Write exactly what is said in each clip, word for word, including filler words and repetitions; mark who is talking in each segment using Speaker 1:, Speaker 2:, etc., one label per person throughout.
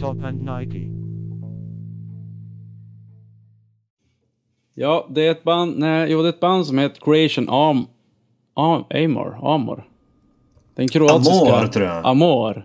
Speaker 1: Top and Nike.
Speaker 2: Ja, det är ett band, nej, jo, det är ett band som heter Creation Am, Am, Amor, Amor. Den kroatiska
Speaker 3: Amor, tror jag.
Speaker 2: Amor.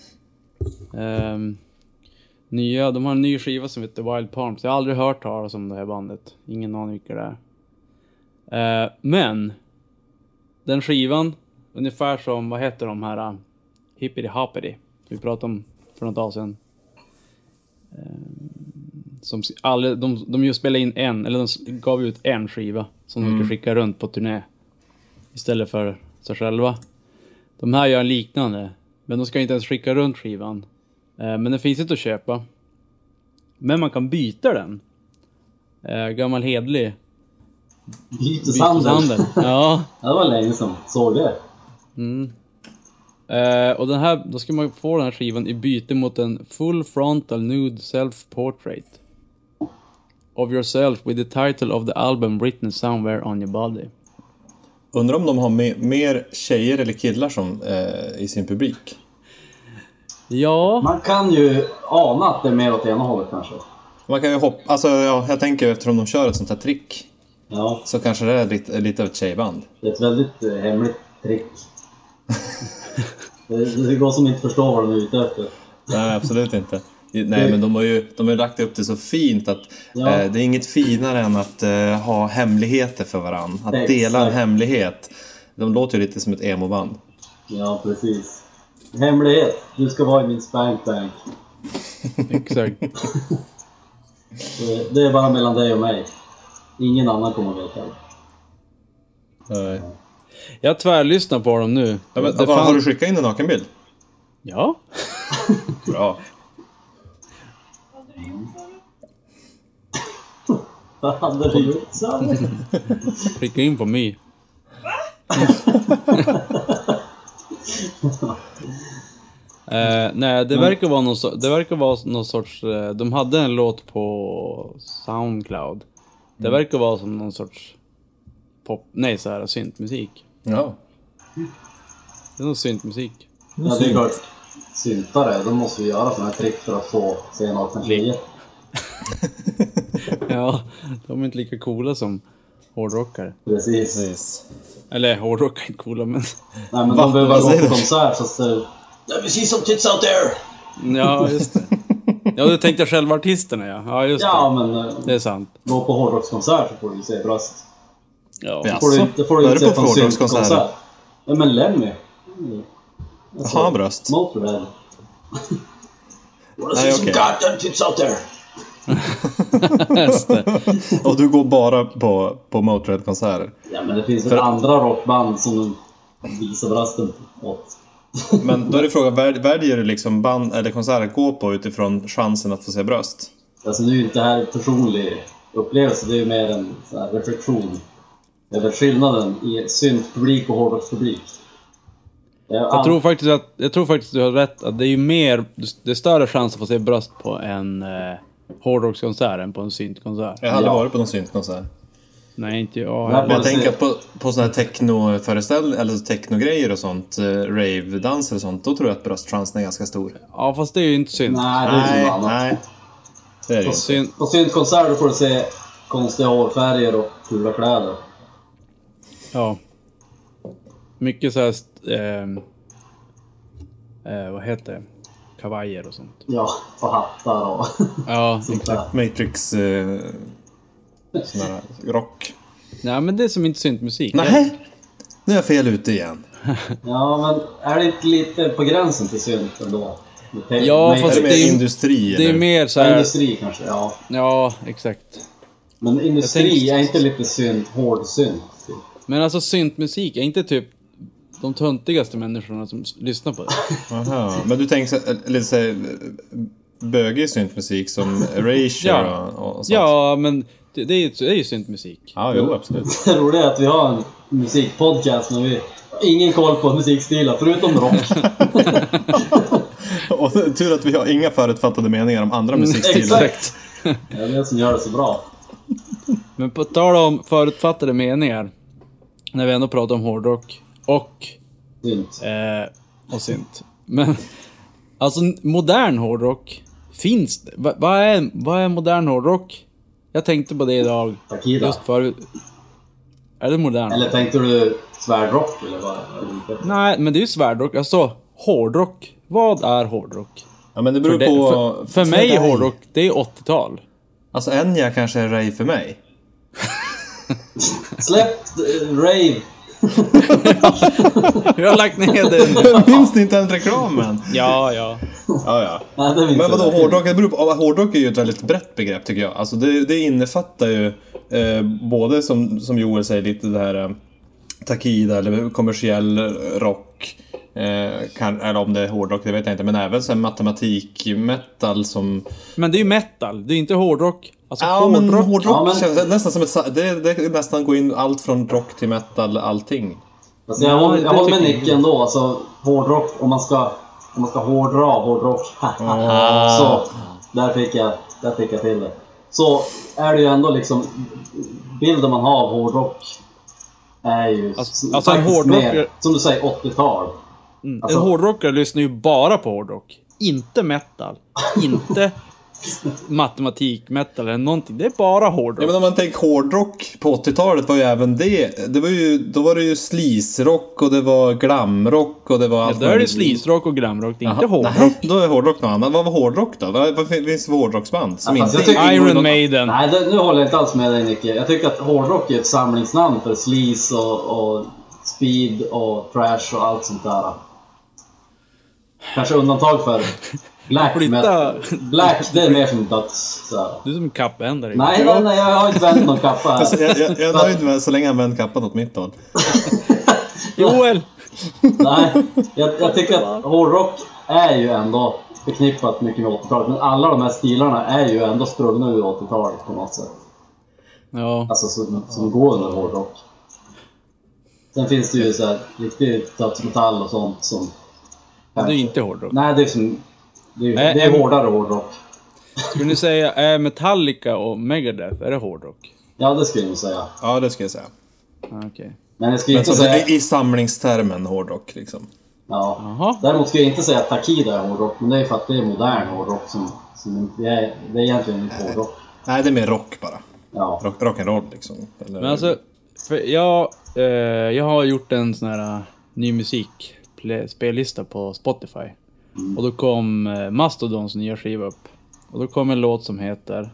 Speaker 2: Um, nya, de har en ny skiva som heter Wild Palms. Jag har aldrig hört talas om det här bandet. Ingen aning vilka det är. Uh, men den skivan, ungefär som, vad heter de här uh, Hippity Hoppity vi pratade om för något år sedan. Uh, som alla, de, de just spelade in en, eller de gav ut en skiva som mm. de skulle skicka runt på turné istället för sig själva. De här gör en liknande, men de ska inte ens skicka runt skivan. Eh, men den finns inte att köpa. Men man kan byta den. Eh, gammal hedlig.
Speaker 4: Byteshandel.
Speaker 2: Ja.
Speaker 4: Det var länge som såg det.
Speaker 2: Mm. Eh, och den här, då ska man få den här skivan i byte mot en full frontal nude self-portrait of yourself with the title of the album written somewhere on your body.
Speaker 3: Undrar om de har me- mer tjejer eller killar som eh, i sin publik.
Speaker 2: Ja.
Speaker 4: Man kan ju ana att det är mer åt ena hållet kanske.
Speaker 3: Man kan ju hoppa, alltså ja, jag tänker eftersom de kör ett sånt här trick.
Speaker 4: Ja.
Speaker 3: Så kanske det är lite, lite av ett tjejband.
Speaker 4: Det är ett väldigt eh, hemligt trick. det, det går som inte förstår vad de är ute efter.
Speaker 3: Nej, absolut inte. Nej, men de har ju de har lagt upp det så fint att
Speaker 4: ja.
Speaker 3: eh, det är inget finare än att eh, ha hemligheter för varann. Att
Speaker 4: Exakt.
Speaker 3: dela en hemlighet. De låter ju lite som ett emo-band.
Speaker 4: Ja, precis. Hemlighet. Du ska vara i min spankbank.
Speaker 2: Exakt.
Speaker 4: det, det är bara mellan dig och mig. Ingen annan kommer att veta.
Speaker 3: Nej.
Speaker 2: Jag tvärlyssnar på dem nu.
Speaker 3: Ja, men,
Speaker 2: det
Speaker 3: fan...
Speaker 2: fan...
Speaker 3: Har du skickat in en nakenbild?
Speaker 2: Ja.
Speaker 3: Bra.
Speaker 4: Vad hade du gjort så?
Speaker 2: Skicka in på mig. uh, nej, det verkar vara någon so- det verkar vara någon sorts uh, de hade en låt på Soundcloud. Det verkar vara som någon sorts pop, nej så här syntmusik.
Speaker 3: Ja.
Speaker 2: Det är någon syntmusik.
Speaker 4: Ja, det är klart. Syntare, de måste ju göra sådana här trick för att få se naken tjejer.
Speaker 2: Ja, de är inte lika coola som hårdrockare.
Speaker 4: Precis.
Speaker 3: Precis.
Speaker 2: Eller hårdrockare är inte coola, men...
Speaker 4: Nej, men de behöver gå på konsert så att det... Let me see some tits out there!
Speaker 2: Ja, just det. Ja, du tänkte själva artisterna, ja. Ja, just
Speaker 4: ja,
Speaker 2: det.
Speaker 4: men...
Speaker 2: Det är sant.
Speaker 4: Gå på hårdrockskonsert så får du ju se bröst.
Speaker 2: Ja.
Speaker 4: Det får du inte, får du inte se på en syntkonsert. Ja, men Lemmy.
Speaker 3: Mm. Alltså, har bröst?
Speaker 4: Motorhead. Wanna see some goddamn tits out there!
Speaker 2: Just det.
Speaker 3: Och du går bara på, på Motorhead-konserter.
Speaker 4: Ja, men det finns väl För... andra rockband som visar brösten åt.
Speaker 3: Men då är det frågan, väljer du liksom band eller konserter att gå på utifrån chansen att få se bröst?
Speaker 4: Alltså nu är inte det här personlig upplevelse, det är ju mer en så här reflektion. Det är väl skillnaden i syntpublik och hårdrockspublik.
Speaker 2: Jag, jag, tror faktiskt att, jag tror faktiskt att du har rätt, att det är ju mer, det är större chans att få se bröst på en eh, hårdrockskonsert än på en syntkonsert.
Speaker 3: Jag hade
Speaker 4: ja.
Speaker 3: varit på någon syntkonsert.
Speaker 2: Nej, inte jag.
Speaker 3: Men jag tänker att på, på sådana här technoföreställningar eller technogrejer och sånt, eh, rave-danser och sånt, då tror jag att bröstchansen är ganska stor.
Speaker 2: Ja, fast det är ju inte synt.
Speaker 4: Nej, det är
Speaker 3: nej,
Speaker 4: ju annat.
Speaker 3: Nej, det är det
Speaker 4: på, syn- på syntkonserter får du se konstiga hårfärger och fula kläder.
Speaker 2: Ja. Mycket så här eh, eh, vad heter det? Kavajer och sånt.
Speaker 4: Ja, och hattar och
Speaker 2: ja,
Speaker 3: exakt. Matrix eh, sån här rock.
Speaker 2: Nej, men det är som inte syntmusik.
Speaker 3: Nej, nu är jag fel ute igen.
Speaker 4: Ja, men är det inte lite på gränsen till synt ändå?
Speaker 2: Ja, fast
Speaker 3: är det, det är industri.
Speaker 2: Det
Speaker 3: eller?
Speaker 2: är mer så här...
Speaker 4: Industri kanske, ja.
Speaker 2: Ja, exakt.
Speaker 4: Men industri tänkte... är inte lite synt, hård synt. Typ.
Speaker 2: Men alltså syntmusik är inte typ de töntigaste människorna som lyssnar på det.
Speaker 3: Aha, men du tänker lite så här bögig syntmusik som Erasure
Speaker 2: ja.
Speaker 3: och, och sånt.
Speaker 2: Ja, men det, det, är, ju, det är ju syntmusik.
Speaker 3: Ja, jo, absolut.
Speaker 4: Det roliga är att vi har en musikpodcast men vi har ingen koll på musikstilar förutom rock.
Speaker 3: Och tur att vi har inga förutfattade meningar om andra musikstilar.
Speaker 4: Exakt. Det är det som gör det så bra.
Speaker 2: Men på tal om förutfattade meningar, när vi ändå pratar om hårdrock och
Speaker 4: synt.
Speaker 2: Eh, och synt. Men alltså modern hårdrock finns det? Va, vad, är, vad är modern hårdrock? Jag tänkte på det idag.
Speaker 4: Takida.
Speaker 2: Just förut. Är det modern?
Speaker 4: Eller tänkte du svärdrock eller vad?
Speaker 2: Nej, men det är ju svärdrock. Alltså, hårdrock. Vad är hårdrock?
Speaker 3: Ja, men det beror
Speaker 2: för det,
Speaker 3: på...
Speaker 2: För, för mig är hårdrock, det är åttiotal.
Speaker 3: Alltså, Enya kanske är rave för mig.
Speaker 4: Släpp uh, rave.
Speaker 2: Jag har lagt ner den.
Speaker 3: Minns ni inte den reklamen?
Speaker 2: Ja, ja.
Speaker 3: Ja, ja.
Speaker 4: Nej, det
Speaker 3: Men vadå, hårdrock? Det beror på, hårdrock är ju ett väldigt brett begrepp tycker jag. Alltså det, det innefattar ju eh, både som, som Joel säger lite det här eh, Takida eller kommersiell rock. Eh, kan, eller om det är hårdrock, det vet jag inte. Men även så matematik, metal som...
Speaker 2: Men det är ju metal, det är inte hårdrock. Alltså
Speaker 3: ja,
Speaker 2: hårdrock.
Speaker 3: Men hårdrock
Speaker 4: ja, men...
Speaker 3: känns nästan som ett... Det, det är nästan gå in allt från rock till metal, allting.
Speaker 4: Alltså, jag håller, jag håller med Nick ändå. Alltså, hårdrock, om man ska, om man ska hårdra hårdrock.
Speaker 3: Oh.
Speaker 4: Så, där fick, jag, där fick jag till det. Så är det ju ändå liksom... Bilden man har av hårdrock är ju...
Speaker 2: Alltså, alltså en hårdrockare...
Speaker 4: Mer, som du säger, åttiotal.
Speaker 2: Mm.
Speaker 4: Alltså,
Speaker 2: en hårdrockare lyssnar ju bara på hårdrock. Inte metal. Inte matematik, metal eller någonting. Det är bara hårdrock.
Speaker 3: Ja, men om man tänker hårdrock på åttiotalet var ju även det. Det var ju, då var det ju sleaze-rock och det var glamrock och det var allt.
Speaker 2: Ja, då är det sleaze-rock och glamrock. Det är inte
Speaker 3: Aha,
Speaker 2: hårdrock.
Speaker 3: Nej, då är hårdrock något annat. Vad var hårdrock då? Vad, vad finns det för hårdrocksband? Som
Speaker 4: alltså,
Speaker 3: inte...
Speaker 2: Iron
Speaker 3: något...
Speaker 2: Maiden.
Speaker 4: Nej, det, nu håller jag inte alls med dig, Nicke. Jag tycker att hårdrock är ett samlingsnamn för sleaze och, och speed och trash och allt sånt där. Kanske undantag för black metal. Black, det är mer som döds.
Speaker 2: Du är som en kappändare.
Speaker 4: Nej, nej, nej, jag har inte vänt någon kappa här.
Speaker 3: Alltså, jag, jag, jag är nöjd med så länge jag vänt kappan åt mitt håll.
Speaker 2: Joel!
Speaker 4: Nej, jag, jag tycker att hårdrock är ju ändå förknippat mycket med åttiotalet. Men alla de här stilarna är ju ändå sprungna ur åttiotalet på något sätt.
Speaker 2: Ja.
Speaker 4: Alltså som, som går under hårdrock. Sen finns det ju så här riktigt dödsmetall och sånt som...
Speaker 2: Det är inte hårdrock.
Speaker 4: Nej, det är som... Det är,
Speaker 2: Äh,
Speaker 4: det är
Speaker 2: äm...
Speaker 4: hårdare hårdrock.
Speaker 2: Skulle ni säga, är Metallica och Megadeth, är det hårdrock?
Speaker 4: Ja, det skulle jag nog säga.
Speaker 3: Ja, det ska jag säga.
Speaker 2: Okej. Okay.
Speaker 4: Men jag skulle
Speaker 3: Men
Speaker 4: inte
Speaker 3: så,
Speaker 4: säga...
Speaker 3: i, I samlingstermen hårdrock liksom.
Speaker 4: Ja.
Speaker 2: Aha.
Speaker 4: Däremot skulle jag inte säga att Takida är hårdrock. Men det är för att det är modern hårdrock som... som det, är, det är egentligen inte hårdrock.
Speaker 3: Nej, det är mer rock bara.
Speaker 4: Ja.
Speaker 3: Rock, rock'n'roll liksom. Eller...
Speaker 2: Men alltså, för jag, eh, jag har gjort en sån här uh, ny musik spellista på Spotify. Mm. Och då kom eh, Mastodons nya skiva upp. Och då kom en låt som heter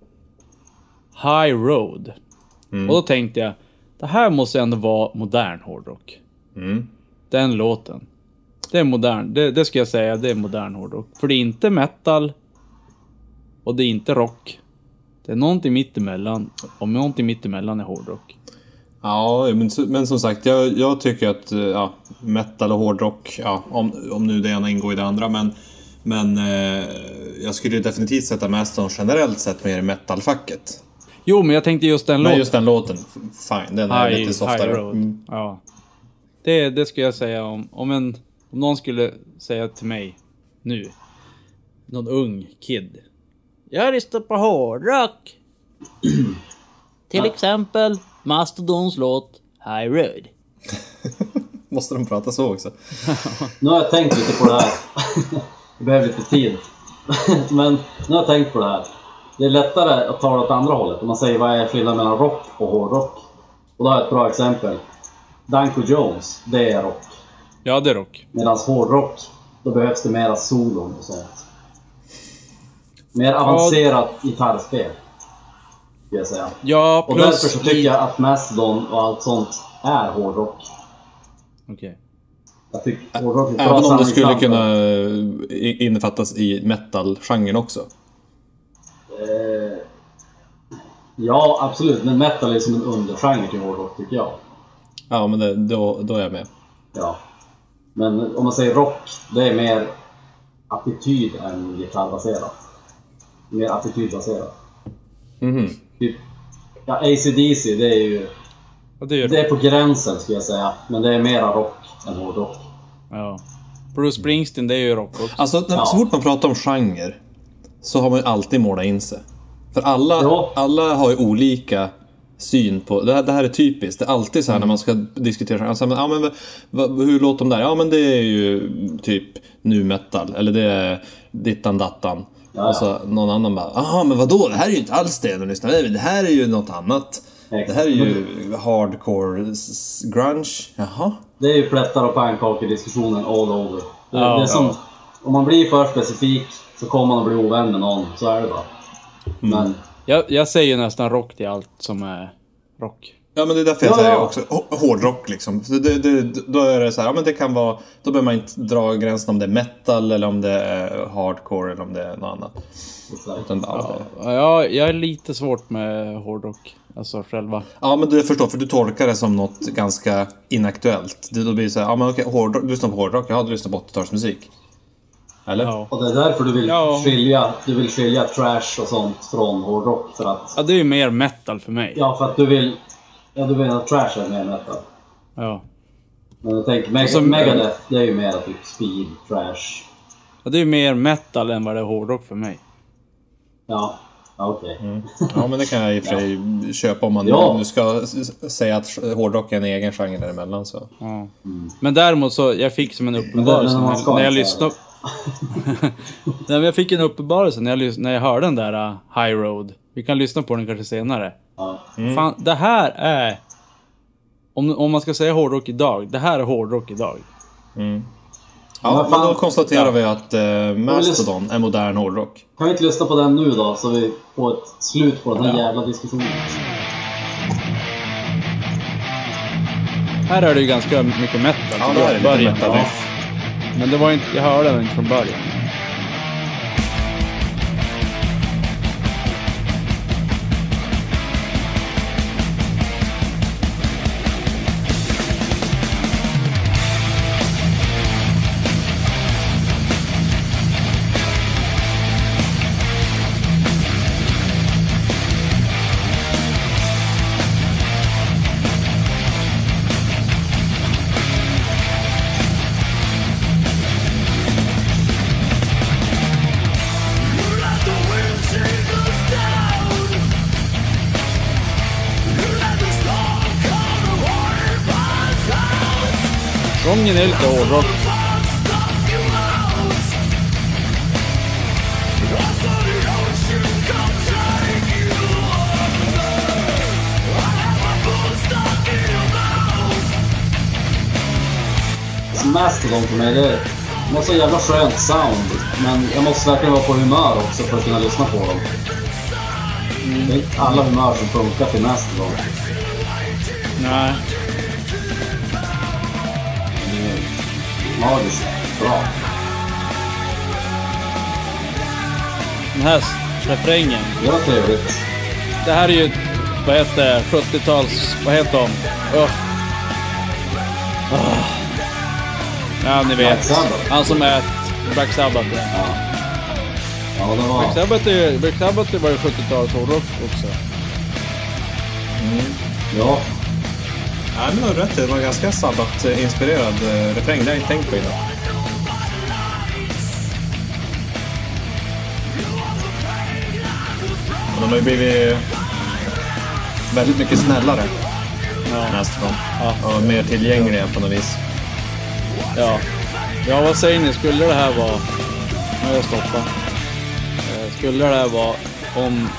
Speaker 2: High Road. Mm. Och då tänkte jag, det här måste ändå vara modern hårdrock.
Speaker 3: Mm.
Speaker 2: Den låten. Det är modern, det, det ska jag säga, det är modern hårdrock. För det är inte metal. Och det är inte rock. Det är någonting mittemellan. Om någonting mittemellan är hårdrock.
Speaker 3: Ja, men, men som sagt, jag, jag tycker att ja, metal och hårdrock, ja, om, om nu det ena ingår i det andra, men, men eh, jag skulle definitivt sätta Mastodon generellt sett mer i metalfacket.
Speaker 2: Jo, men jag tänkte just den
Speaker 3: låten.
Speaker 2: låten.
Speaker 3: just den låten, fine, den är
Speaker 2: high,
Speaker 3: lite softare.
Speaker 2: Mm. Ja. Det, det ska jag säga om, om, en, om någon skulle säga till mig nu, någon ung kid. Jag lyssnar på hårdrock. Till exempel Mastodons låt High Road.
Speaker 3: Måste de prata så också?
Speaker 4: Nu har jag tänkt lite på det här. Jag behöver lite tid. Men nu har jag tänkt på det här. Det är lättare att ta det åt andra hållet. Om man säger vad är skillnaden mellan rock och hårdrock. Och då har jag ett bra exempel. Danko Jones, det är rock.
Speaker 2: Ja, det är rock.
Speaker 4: Medan hårdrock, då behövs det mera solo. Så. Mer avancerat ja. gitarrspel. Jag säga.
Speaker 2: Ja, plus...
Speaker 4: Och därför så tycker jag att Mastodon och allt sånt är hårdrock.
Speaker 2: Okej. Okay.
Speaker 4: Jag tycker hårdrock är bra.
Speaker 3: Även om det skulle kunna innefattas i metal-genren också.
Speaker 4: Eh, ja, absolut. Men metal är som en undergenre till hårdrock, tycker jag.
Speaker 3: Ja, men det, då, då är jag med.
Speaker 4: Ja. Men om man säger rock, det är mer attityd än gitarrbaserat. Mer attitydbaserat.
Speaker 3: Mhm.
Speaker 4: Typ, ja, A C D C, det är ju
Speaker 2: ja, det, är
Speaker 4: det är på gränsen, skulle jag säga. Men det är mera rock än hårdrock.
Speaker 2: Ja. Bruce Springsteen, det är ju rock också.
Speaker 3: Alltså, när, ja. så fort man pratar om genre så har man ju alltid målat in sig. För alla, ja. alla har ju olika syn på... Det här, det här är typiskt. Det är alltid så här mm. när man ska diskutera... Alltså, men, ja, men, vad, hur låter de där? Ja, men det är ju typ nu metal. Eller det är dittan dattan. Och så någon annan bara, aha men vadå, det här är ju inte alls det de lyssnar. Det här är ju något annat. Det här är ju hardcore grunge. Jaha.
Speaker 4: Det är ju plättar och pannkakor-diskussionen all over. Det,
Speaker 2: Ja,
Speaker 4: det är som,
Speaker 3: ja.
Speaker 4: om man blir för specifik så kommer man att bli ovän med någon, så är det bara.
Speaker 3: Mm.
Speaker 4: Men
Speaker 2: Jag, jag säger nästan rock till allt som är rock.
Speaker 3: Ja men det är därför jag
Speaker 4: Ja,
Speaker 3: säger
Speaker 4: ja.
Speaker 3: också hå- hårdrock liksom. Så det, det, då är det så här, ja men det kan vara, då behöver man inte dra gränsen om det är metal eller om det är hardcore eller om det är något annat. Utan, ja, det,
Speaker 2: Ja, jag är lite svårt med hårdrock. Alltså själva.
Speaker 3: ja men du förstår, för du tolkar det som något ganska inaktuellt. Det, då blir det så här, ja men okej, hårdrock, du lyssnar på hårdrock, jag hade lyssnat på åttiotalsmusik. Eller?
Speaker 2: Ja.
Speaker 4: och det är därför du vill,
Speaker 2: Ja.
Speaker 4: skilja, du vill skilja trash och sånt från hårdrock. För att,
Speaker 2: Ja, det är ju mer metal för mig.
Speaker 4: ja, för att du vill, ja, du vill att trash är mer metal.
Speaker 2: Ja.
Speaker 4: Men jag tänker, Meg-
Speaker 2: som-
Speaker 4: Megadeth, det är ju mer typ speed, trash.
Speaker 2: Ja, det är ju mer metal än vad det är hårdrock för mig.
Speaker 4: Ja, ja okej.
Speaker 3: Mm. Ja men det kan jag i och för sig köpa om man
Speaker 4: Ja.
Speaker 3: nu ska s- säga att hårdrock är en egen genre däremellan så.
Speaker 2: Ja. Men däremot så, jag fick som en uppenbarelse
Speaker 4: Men det- men man
Speaker 2: när,
Speaker 4: ska
Speaker 2: när jag
Speaker 4: inte
Speaker 2: lyssnade. Nej, men jag fick en uppenbarelse när jag, lys- när jag hörde den där uh, High Road. Vi kan lyssna på den kanske senare.
Speaker 4: Ja.
Speaker 2: Fan, det här är... Om, om man ska säga hårdrock idag, det här är hårdrock idag.
Speaker 3: Mm.
Speaker 4: Men
Speaker 3: Ja
Speaker 4: vad
Speaker 3: men
Speaker 4: fan-
Speaker 3: då konstaterar
Speaker 2: Ja.
Speaker 3: vi att uh, Mastodon är modern hårdrock.
Speaker 4: Kan vi inte lyssna på den nu då, så vi får ett slut på den här
Speaker 2: Ja.
Speaker 4: jävla diskussionen?
Speaker 2: Här är det ju ganska mycket metal.
Speaker 3: Ja,
Speaker 2: tycker
Speaker 3: det här
Speaker 2: jag,
Speaker 3: är
Speaker 2: i
Speaker 3: lite
Speaker 2: början.
Speaker 3: metal
Speaker 2: Ja.
Speaker 3: riff.
Speaker 2: Men det var inte, jag hörde den inte från början. Sången är lite hårdrock.
Speaker 4: Mastodon för mig, det de har så jävla skönt sound. Men jag måste verkligen vara på humör också för att kunna lyssna på dem. Det är inte alla humör som funkar till Mastodon.
Speaker 2: Nej.
Speaker 4: Det är magiskt bra.
Speaker 2: Den här refrängen.
Speaker 4: Det var trevligt.
Speaker 2: Det här är ju, vad heter det, sjuttio-tals, vad heter de? Oh. Oh. Ja, ni
Speaker 4: Black
Speaker 2: vet.
Speaker 4: Sabbath.
Speaker 2: Han som är Black Sabbath. Ja.
Speaker 4: Ja. Ja, det var...
Speaker 2: Black Sabbath, är, Black Sabbath var ju sjuttio-tals hårdrock också.
Speaker 4: Ja.
Speaker 3: Nej men du har rätt, det var ganska Sabbath-inspirerad eh, refräng, det har jag inte tänkt på innan. Och de har ju blivit väldigt mycket snällare,
Speaker 2: Ja.
Speaker 3: Mastodon.
Speaker 2: Ja.
Speaker 3: Och mer tillgängliga på något vis.
Speaker 2: Ja. Ja, vad säger ni? Skulle det här vara... Nu har jag stoppat. Eh, Skulle det här vara om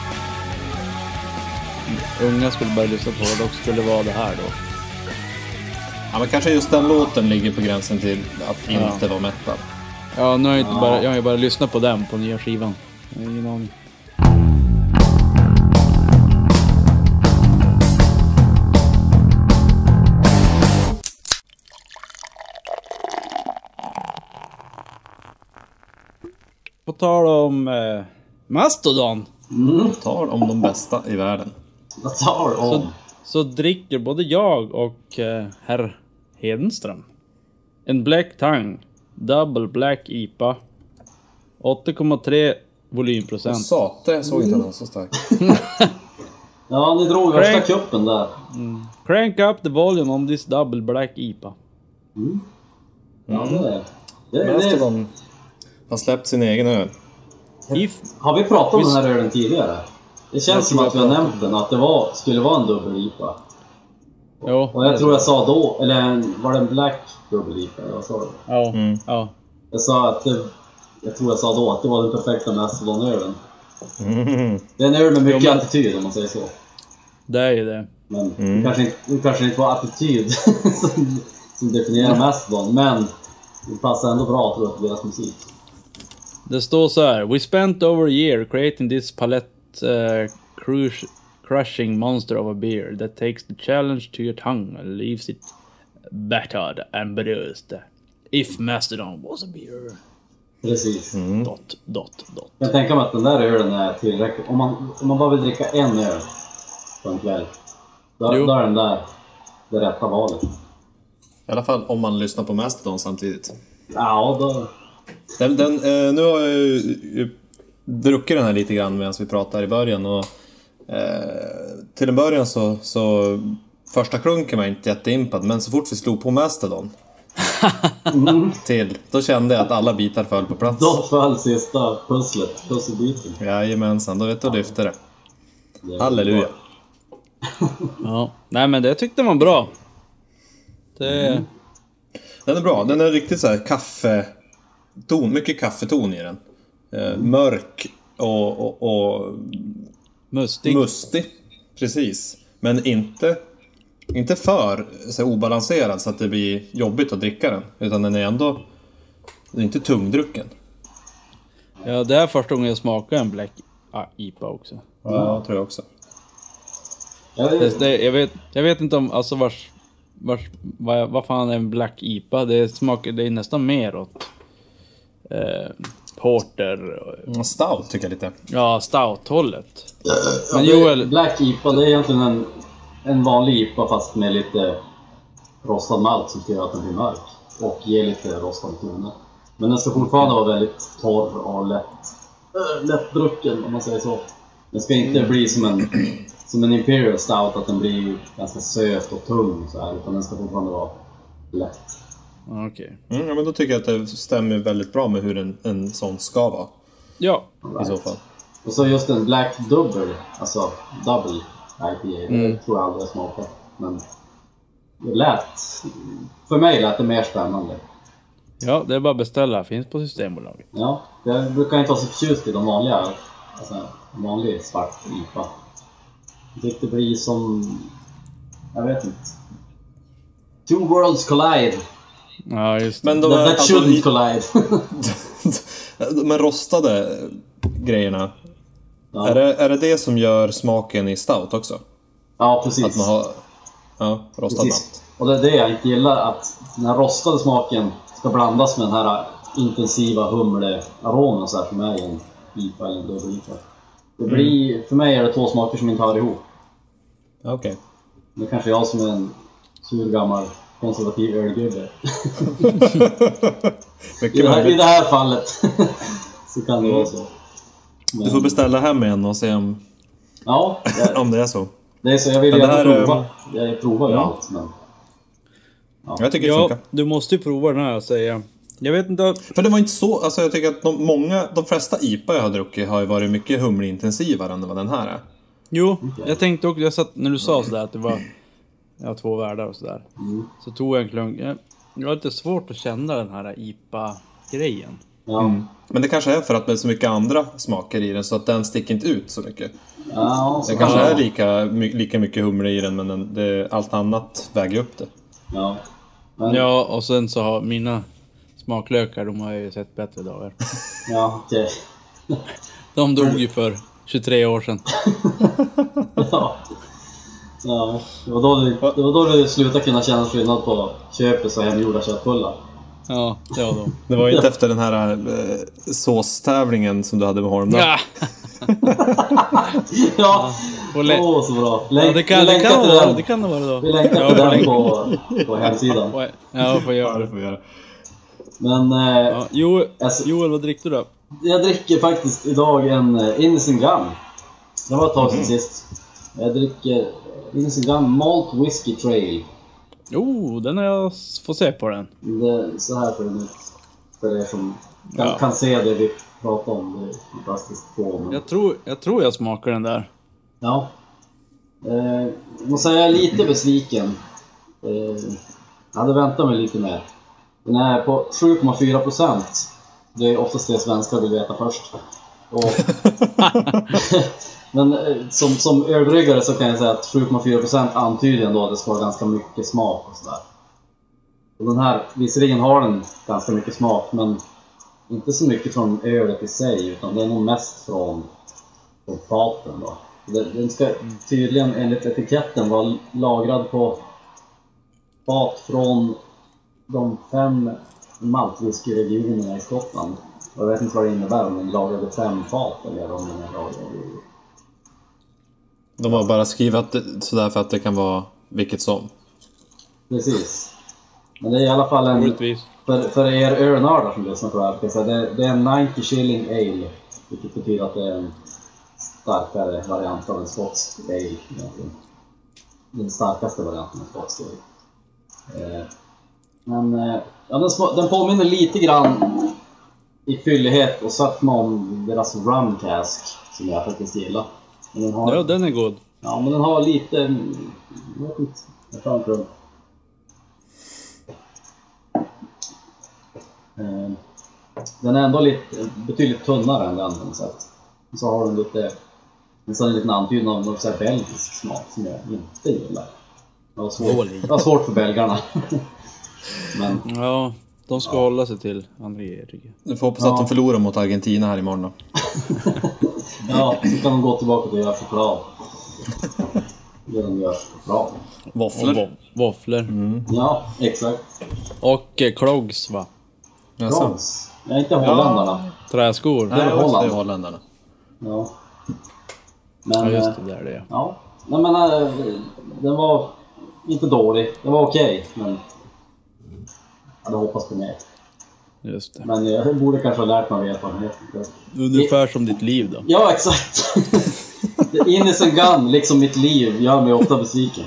Speaker 2: unga skulle börja lyssna på det, och skulle det vara det här då?
Speaker 3: Ja men kanske just den låten ligger på gränsen till att
Speaker 2: Ja.
Speaker 3: inte vara metal.
Speaker 2: Ja, nu har jag inte
Speaker 4: Ja.
Speaker 2: bara, jag har ju bara lyssnat på den på nya skivan. Jag har ingen aning. På tal om eh, Mastodon,
Speaker 4: Mm.
Speaker 3: Tal om de bästa i världen.
Speaker 4: Vad tar
Speaker 2: så,
Speaker 4: om?
Speaker 2: så dricker både jag och eh, herr Hedenström en Black Tongue Double Black I P A åtta komma tre volymprocent.
Speaker 3: Sate, jag såg inte att den var så stark.
Speaker 4: Ja, ni drog värsta
Speaker 2: Crank.
Speaker 4: kuppen där.
Speaker 2: Crank up the volume on this Double Black I P A.
Speaker 4: Ja, det är det. det, det
Speaker 3: Mastodon har släppt sin egen öl.
Speaker 2: If,
Speaker 4: har vi pratat om
Speaker 2: Visst-
Speaker 4: den här ölen tidigare? Det känns som
Speaker 3: tror
Speaker 4: att vi
Speaker 3: jag
Speaker 4: har
Speaker 3: pratade
Speaker 4: nämnt den, att det var, skulle vara en dubbel-I P A.
Speaker 2: jo,
Speaker 4: Och jag tror jag sa då, eller en- var det en black dubbel-I P A? Vad sa du?
Speaker 2: ja,
Speaker 3: Mm.
Speaker 2: ja,
Speaker 4: Jag sa att det, jag tror jag sa då att det var den perfekta Mastodon-ölen.
Speaker 3: Mm.
Speaker 4: Det är en öl med mycket
Speaker 2: Jo, men-
Speaker 4: attityd om man säger så.
Speaker 2: Det är ju det.
Speaker 4: Men
Speaker 3: Mm.
Speaker 4: det, kanske inte, det kanske inte var attityd som, som definierar Mastodon. Men det passar ändå bra tror jag till deras musik.
Speaker 2: Det står så här: We spent over a year creating this palette uh, crush, crushing monster of a beer that takes the challenge to your tongue and leaves it battered and bruised. If Mastodon was a beer.
Speaker 4: Precis.
Speaker 2: Dot, dot, dot.
Speaker 4: Jag tänker mig att den där ölen är tillräcklig. Om man, om man bara vill dricka en öl på en kväll. Då,
Speaker 2: Jo.
Speaker 4: då är den där det rätta valet.
Speaker 3: I alla fall om man lyssnar på Mastodon samtidigt.
Speaker 4: Ja, då...
Speaker 3: Den, den, eh, nu har jag ju, ju druckit den här lite grann medan vi pratar i början. Och, eh, till en början så, så första klunken var jag inte jätteimpad. Men så fort vi slog på Mastodon till, då kände jag att alla bitar föll på plats.
Speaker 4: Då föll sista pusslet, pusselbiten.
Speaker 3: Jajamensan, då vet du lyfte det.
Speaker 4: Det är
Speaker 3: Halleluja.
Speaker 4: bra.
Speaker 2: Ja. Nej men det tyckte man bra. Det...
Speaker 3: Den är bra, den är riktigt så här kaffeton, mycket kaffeton i den. Eh, mörk och, och, och
Speaker 2: Mustig.
Speaker 3: mustig, precis. Men inte, inte för så här, obalanserad så att det blir jobbigt att dricka den. Utan den är ändå, den är inte tungdrucken.
Speaker 2: Ja, det är första gången jag smakar en Black I P A också.
Speaker 3: Ja, tror jag också.
Speaker 4: Ja, det-
Speaker 2: Det, det, jag, vet, jag vet inte om, alltså vars, vars, vad, vad fan är en Black I P A? Det smakar, det är nästan mer åt eh, porter,
Speaker 3: Mm, Stout tycker jag lite.
Speaker 2: ja, stout-hållet. Men
Speaker 4: det-
Speaker 2: Joel,
Speaker 4: Black I P A, det är egentligen en, en vanlig I P A fast med lite rostad malt som ska göra att den blir mörk. Och ge lite rostad toner. Men den ska fortfarande vara väldigt torr och lätt, äh, lättdrucken om man säger så. Den ska inte bli som en, som en Imperial Stout, att den blir ganska söt och tung så här, utan den ska fortfarande vara lätt.
Speaker 2: okej.
Speaker 3: Mm, ja, men då tycker jag att det stämmer väldigt bra med hur en, en sån ska vara.
Speaker 2: Ja,
Speaker 3: I så fall.
Speaker 4: Och så just en Black Double, alltså Double I P A, det
Speaker 2: Mm.
Speaker 4: tror jag aldrig jag smakat. Men det lät, för mig lät det mer spännande.
Speaker 2: ja, det är bara att beställa, finns på Systembolaget.
Speaker 4: Ja, jag brukar inte vara så förtjust i de vanliga, alltså en vanlig svart I P A. Jag tycker det blir som, jag vet inte. Two worlds collide.
Speaker 2: Ja, just det.
Speaker 3: Men de
Speaker 4: That,
Speaker 3: är,
Speaker 4: that
Speaker 3: alltså,
Speaker 4: shouldn't
Speaker 3: i-
Speaker 4: collide.
Speaker 3: de här rostade grejerna,
Speaker 4: Ja.
Speaker 3: är, det, är det det som gör smaken i stout också?
Speaker 4: Ja, precis.
Speaker 3: Att man har ja, rostad
Speaker 4: Precis.
Speaker 3: malt.
Speaker 4: Och det är det jag inte gillar, att den här rostade smaken ska blandas med den här intensiva humlearomen så här, som är i en I P A eller en dubbel I P A. Det blir, för mig är det två smaker som inte hör ihop.
Speaker 3: Ja, okej.
Speaker 4: Det är kanske jag som är en sur gammal konservativ ölgubbe. I,
Speaker 3: Mycket
Speaker 4: det här, I
Speaker 3: möjligt.
Speaker 4: det här fallet så kan det vara så. Men,
Speaker 3: Du får beställa hem en och se om,
Speaker 4: ja, det,
Speaker 3: om det är så.
Speaker 4: det är så. Jag vill
Speaker 3: Men
Speaker 4: ju
Speaker 3: det
Speaker 4: ändå
Speaker 3: här,
Speaker 4: prova. Jag provar ju
Speaker 3: ja.
Speaker 4: allt, men...
Speaker 3: Jag tycker det
Speaker 2: Ja,
Speaker 3: funkar.
Speaker 2: du måste ju prova den här, säger jag. Jag vet inte,
Speaker 3: För det var inte så, alltså jag tycker att de, många, de flesta I P A jag har druckit har ju varit mycket humleintensivare än vad den här är.
Speaker 2: jo, jag tänkte också, jag satt, när du sa sådär att det var, ja, två världar och sådär. Så tog jag en klunk, jag, jag har lite svårt att känna den här I P A-grejen.
Speaker 4: Ja,
Speaker 3: Men det kanske är för att det är så mycket andra smaker i den så att den sticker inte ut så mycket.
Speaker 4: ja, så
Speaker 3: Det kanske
Speaker 4: kan
Speaker 3: är
Speaker 4: vara.
Speaker 3: lika, my, lika mycket humle i den men den, det, allt annat väger upp det.
Speaker 4: Ja. Men,
Speaker 2: Ja, och sen så har mina smaklökar, de har ju sett bättre dagar.
Speaker 4: ja, okej.
Speaker 2: De dog ju för tjugotre år sedan.
Speaker 4: Ja. Ja, det var, då du, det var då du slutade kunna känna skillnad på köpes och hemgjorda köttbullar.
Speaker 2: Ja, det var de.
Speaker 3: Det var ju inte efter den här eh, såstävlingen som du hade med Holm.
Speaker 2: Ja,
Speaker 4: Ja,
Speaker 2: och lä-
Speaker 4: åh så bra.
Speaker 2: ja
Speaker 4: Länk,
Speaker 2: det, kan,
Speaker 4: vi
Speaker 2: det,
Speaker 4: länkar
Speaker 2: kan
Speaker 4: till
Speaker 2: vara,
Speaker 4: den.
Speaker 2: det kan det vara då.
Speaker 4: Vi länkar
Speaker 2: Ja,
Speaker 4: till
Speaker 2: får
Speaker 4: den
Speaker 2: länka.
Speaker 4: på, på hemsidan.
Speaker 2: Ja, får göra
Speaker 3: Ja, det
Speaker 2: det.
Speaker 3: får vi göra.
Speaker 4: Men eh,
Speaker 2: Ja, Joel,
Speaker 4: Alltså-
Speaker 2: Joel, vad dricker du då?
Speaker 4: jag dricker faktiskt idag en eh, Innocent Gun. Det var ett tag sedan sist. Jag dricker Innocent Gun Malt Whiskey Trail.
Speaker 2: Oh, den har jag s- fått se på den.
Speaker 4: Det är så här för den ut. För er som kan,
Speaker 2: Ja.
Speaker 4: kan se det vi pratar om. Det är fantastiskt få. Men...
Speaker 2: Jag tror, jag tror jag smakar den där.
Speaker 4: Ja. Eh, jag måste säga jag är lite besviken. Eh, jag hade väntat mig lite mer. Den är på sju komma fyra procent. Det är oftast det svenskar vill veta först. Och men som, som ölbryggare så kan jag säga att sju komma fyra procent antyder ändå att det ska vara ganska mycket smak och sådär. Och den här, visserligen har den ganska mycket smak, men inte så mycket från ölet i sig, utan det är nog mest från, från faten då. Den ska tydligen enligt etiketten vara lagrad på fat från de fem maltwhiskyregionerna i Skottland. Och jag vet inte vad det innebär, om den lagrade fem fat eller om den är lagrad i...
Speaker 3: De har bara skrivit sådär för att det kan vara vilket som.
Speaker 4: Precis. Men det är i alla fall en... För, för er ölnördar som lyssnar på det här, kan jag säga, det, det är en nittio shilling ale. Vilket betyder att det är en starkare variant av en skotsk ale egentligen. Den starkaste varianten av skotsk ale. Eh, men eh, ja, den, sm- den påminner lite grann i fyllighet och sötma om deras rum cask som jag faktiskt gillar. Men den har,
Speaker 2: ja, den är god.
Speaker 4: Ja, men den har lite... Jag vet inte, jag tar en prov. Eh, den är ändå lite, betydligt tunnare än den på något sätt. Och så har den lite... En liten antydan av någon sån här belgisk smak som jag inte gillar. Det var svårt, det var svårt för belgarna. Men...
Speaker 2: Ja, de ska ja. hålla sig till andra Erik.
Speaker 3: Du får hoppas ja. att de förlorar mot Argentina här imorgon då.
Speaker 4: Ja, så kan de gå tillbaka till att göra choklad. Det de gör choklad.
Speaker 3: Våfflor.
Speaker 2: Vå- våfflor.
Speaker 4: Mm. Ja, exakt.
Speaker 2: Och eh, clogs, va?
Speaker 4: Clogs? Jag är inte holländarna.
Speaker 2: Ja. Träskor.
Speaker 3: Nej, det är Holland. holländarna.
Speaker 4: Ja.
Speaker 2: Men, ja, just det där det.
Speaker 4: Ja. Nej, men äh, den var inte dålig. Den var okej, okay, men jag hade hoppats på mer.
Speaker 2: Just det.
Speaker 4: Men jag borde kanske ha lärt mig av erfarenhet.
Speaker 2: Ungefär som ditt liv då.
Speaker 4: Ja, exakt. The innocent gun, liksom mitt liv, gör mig ofta besviken.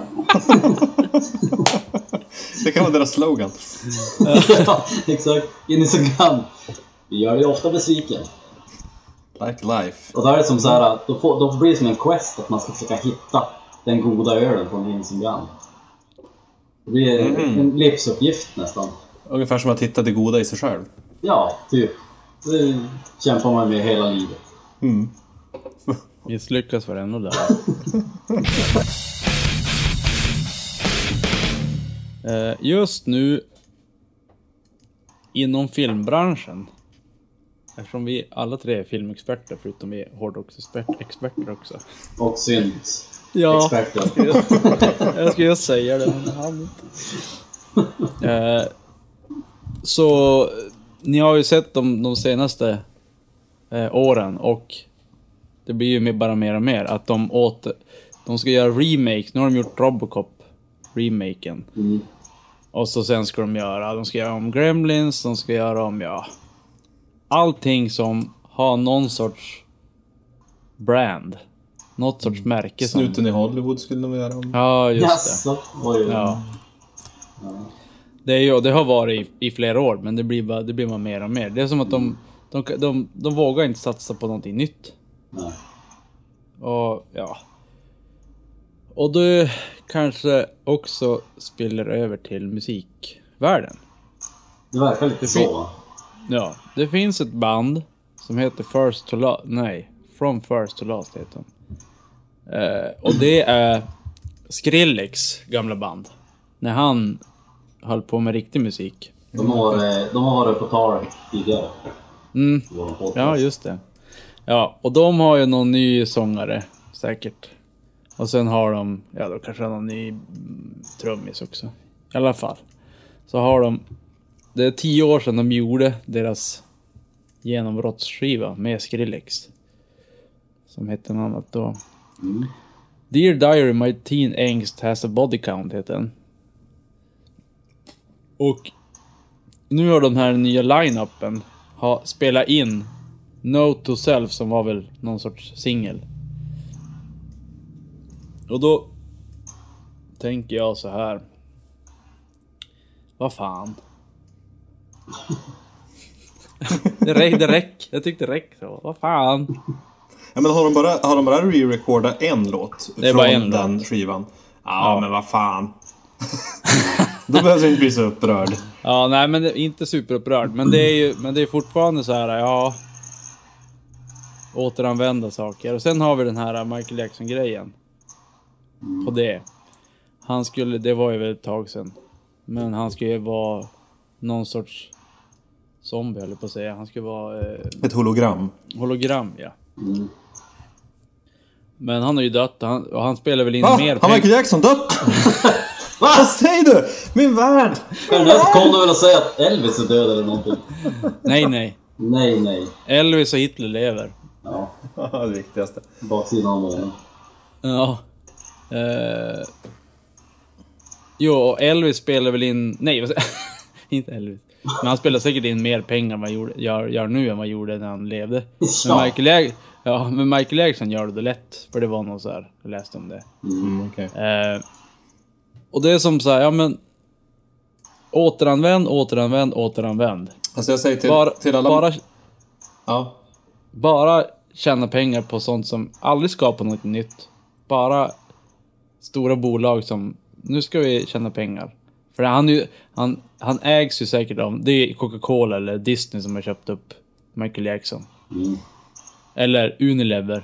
Speaker 3: Det kan vara deras slogan.
Speaker 4: Ja, exakt. Innocent gun. Vi gör dig ofta besviken.
Speaker 3: Like life.
Speaker 4: Och där är det som så här, då, får, då blir det som en quest att man ska försöka hitta den goda ölen från Innocent gun. Det blir mm. en livsuppgift nästan.
Speaker 3: Ungefär som att hitta det goda i sig själv.
Speaker 4: Ja, typ. Det kämpar man med hela livet.
Speaker 3: Mm.
Speaker 2: Misslyckas varenda där. uh, just nu inom filmbranschen, eftersom vi alla tre är filmexperter förutom vi är hårdrocksexperter också.
Speaker 4: Och synt.
Speaker 2: Ja,
Speaker 4: experter.
Speaker 2: Jag ska just säga det, men han uh, så ni har ju sett de, de senaste uh, åren, och det blir ju med, bara mer och mer att de åter, de ska göra remake. Nu har de gjort Robocop remaken.
Speaker 4: Mm.
Speaker 2: Och så sen ska de göra, de ska göra om Gremlins, de ska göra om, ja, allting som har någon sorts brand. Något sorts märke.
Speaker 3: Snuten
Speaker 2: som...
Speaker 3: i Hollywood skulle de göra om.
Speaker 2: Ja, just
Speaker 4: yes.
Speaker 2: det.
Speaker 4: Oj, oj.
Speaker 2: Ja. Det, är ju, det har varit i, i flera år, men det blir bara, det blir bara mer och mer. Det är som att de, de, de, de, de vågar inte satsa på någonting nytt.
Speaker 4: Nej.
Speaker 2: Och ja. Och det kanske också spiller över till musikvärlden.
Speaker 4: Det verkar lite
Speaker 2: det
Speaker 4: så.
Speaker 2: Fin- ja, det finns ett band som heter First to Last. Nej, From First to Last heter de. Uh, och det är Skrillex gamla band. När han höll på med riktig musik.
Speaker 4: De har, de har varit på tal tidigare.
Speaker 2: Mm. Ja, just det. Ja, och de har ju någon ny sångare, säkert. Och sen har de, ja då kanske någon ny trummis också. I alla fall. Så har de, det är tio år sedan de gjorde deras genombrottsskiva med Skrillex. Som heter något annat då.
Speaker 4: Mm.
Speaker 2: Dear Diary, My Teen Angst Has a Body Count heter den. Och nu har den här nya line-upen ha spelat in Note to Self, som var väl någon sorts singel. Och då tänker jag så här. Vad fan? det räck, det räck. Jag tyckte det räck så. Vad fan?
Speaker 3: Ja, men har de bara, har de bara re-recordat en låt
Speaker 2: det är
Speaker 3: från
Speaker 2: bara en
Speaker 3: den
Speaker 2: låt.
Speaker 3: skivan? Ja, ja, men vad fan. Då behöver jag inte bli så upprörd.
Speaker 2: Ja, nej, men det, inte superupprörd. Men det är ju, men det är fortfarande så här, ja. Återanvända saker. Och sen har vi den här Michael Jackson-grejen. På det. Han skulle, det var ju väl ett tag sedan. Men han skulle ju vara någon sorts zombie, eller på att säga. Han skulle vara... Eh,
Speaker 3: Ett hologram.
Speaker 2: hologram, ja.
Speaker 4: Mm.
Speaker 2: Men han har ju dött. Han, och han spelar väl in
Speaker 3: Va?
Speaker 2: mer
Speaker 3: Har Michael Jackson dött? Vad säger du? Min värld!
Speaker 4: Ernest kom du väl att säga att Elvis är död eller någonting?
Speaker 2: Nej, nej.
Speaker 4: Nej, nej.
Speaker 2: Elvis och Hitler lever.
Speaker 4: Ja,
Speaker 3: Det viktigaste.
Speaker 4: baksidan av månen.
Speaker 2: Ja. Eh, jo, och Elvis spelar väl in... Nej, vad säger- inte Elvis. Men han spelar säkert in mer pengar än vad han gjorde, gör, gör nu än vad han gjorde när han levde.
Speaker 4: Ja.
Speaker 2: Men Michael, Jag- ja, men Michael Jackson gör det lätt. För det var någon så här, jag läste om det.
Speaker 3: Mm, okej.
Speaker 2: Eh, och det är som så här, ja men... Återanvänd, återanvänd, återanvänd.
Speaker 3: Alltså jag säger till,
Speaker 2: Bara,
Speaker 3: till alla...
Speaker 2: bara,
Speaker 3: Ja.
Speaker 2: bara tjäna pengar på sånt som aldrig skapar något nytt. Bara stora bolag som, nu ska vi tjäna pengar. För han, är ju, han, han ägs ju säkert av, det är Coca-Cola eller Disney som har köpt upp Michael Jackson.
Speaker 4: Mm.
Speaker 2: Eller Unilever.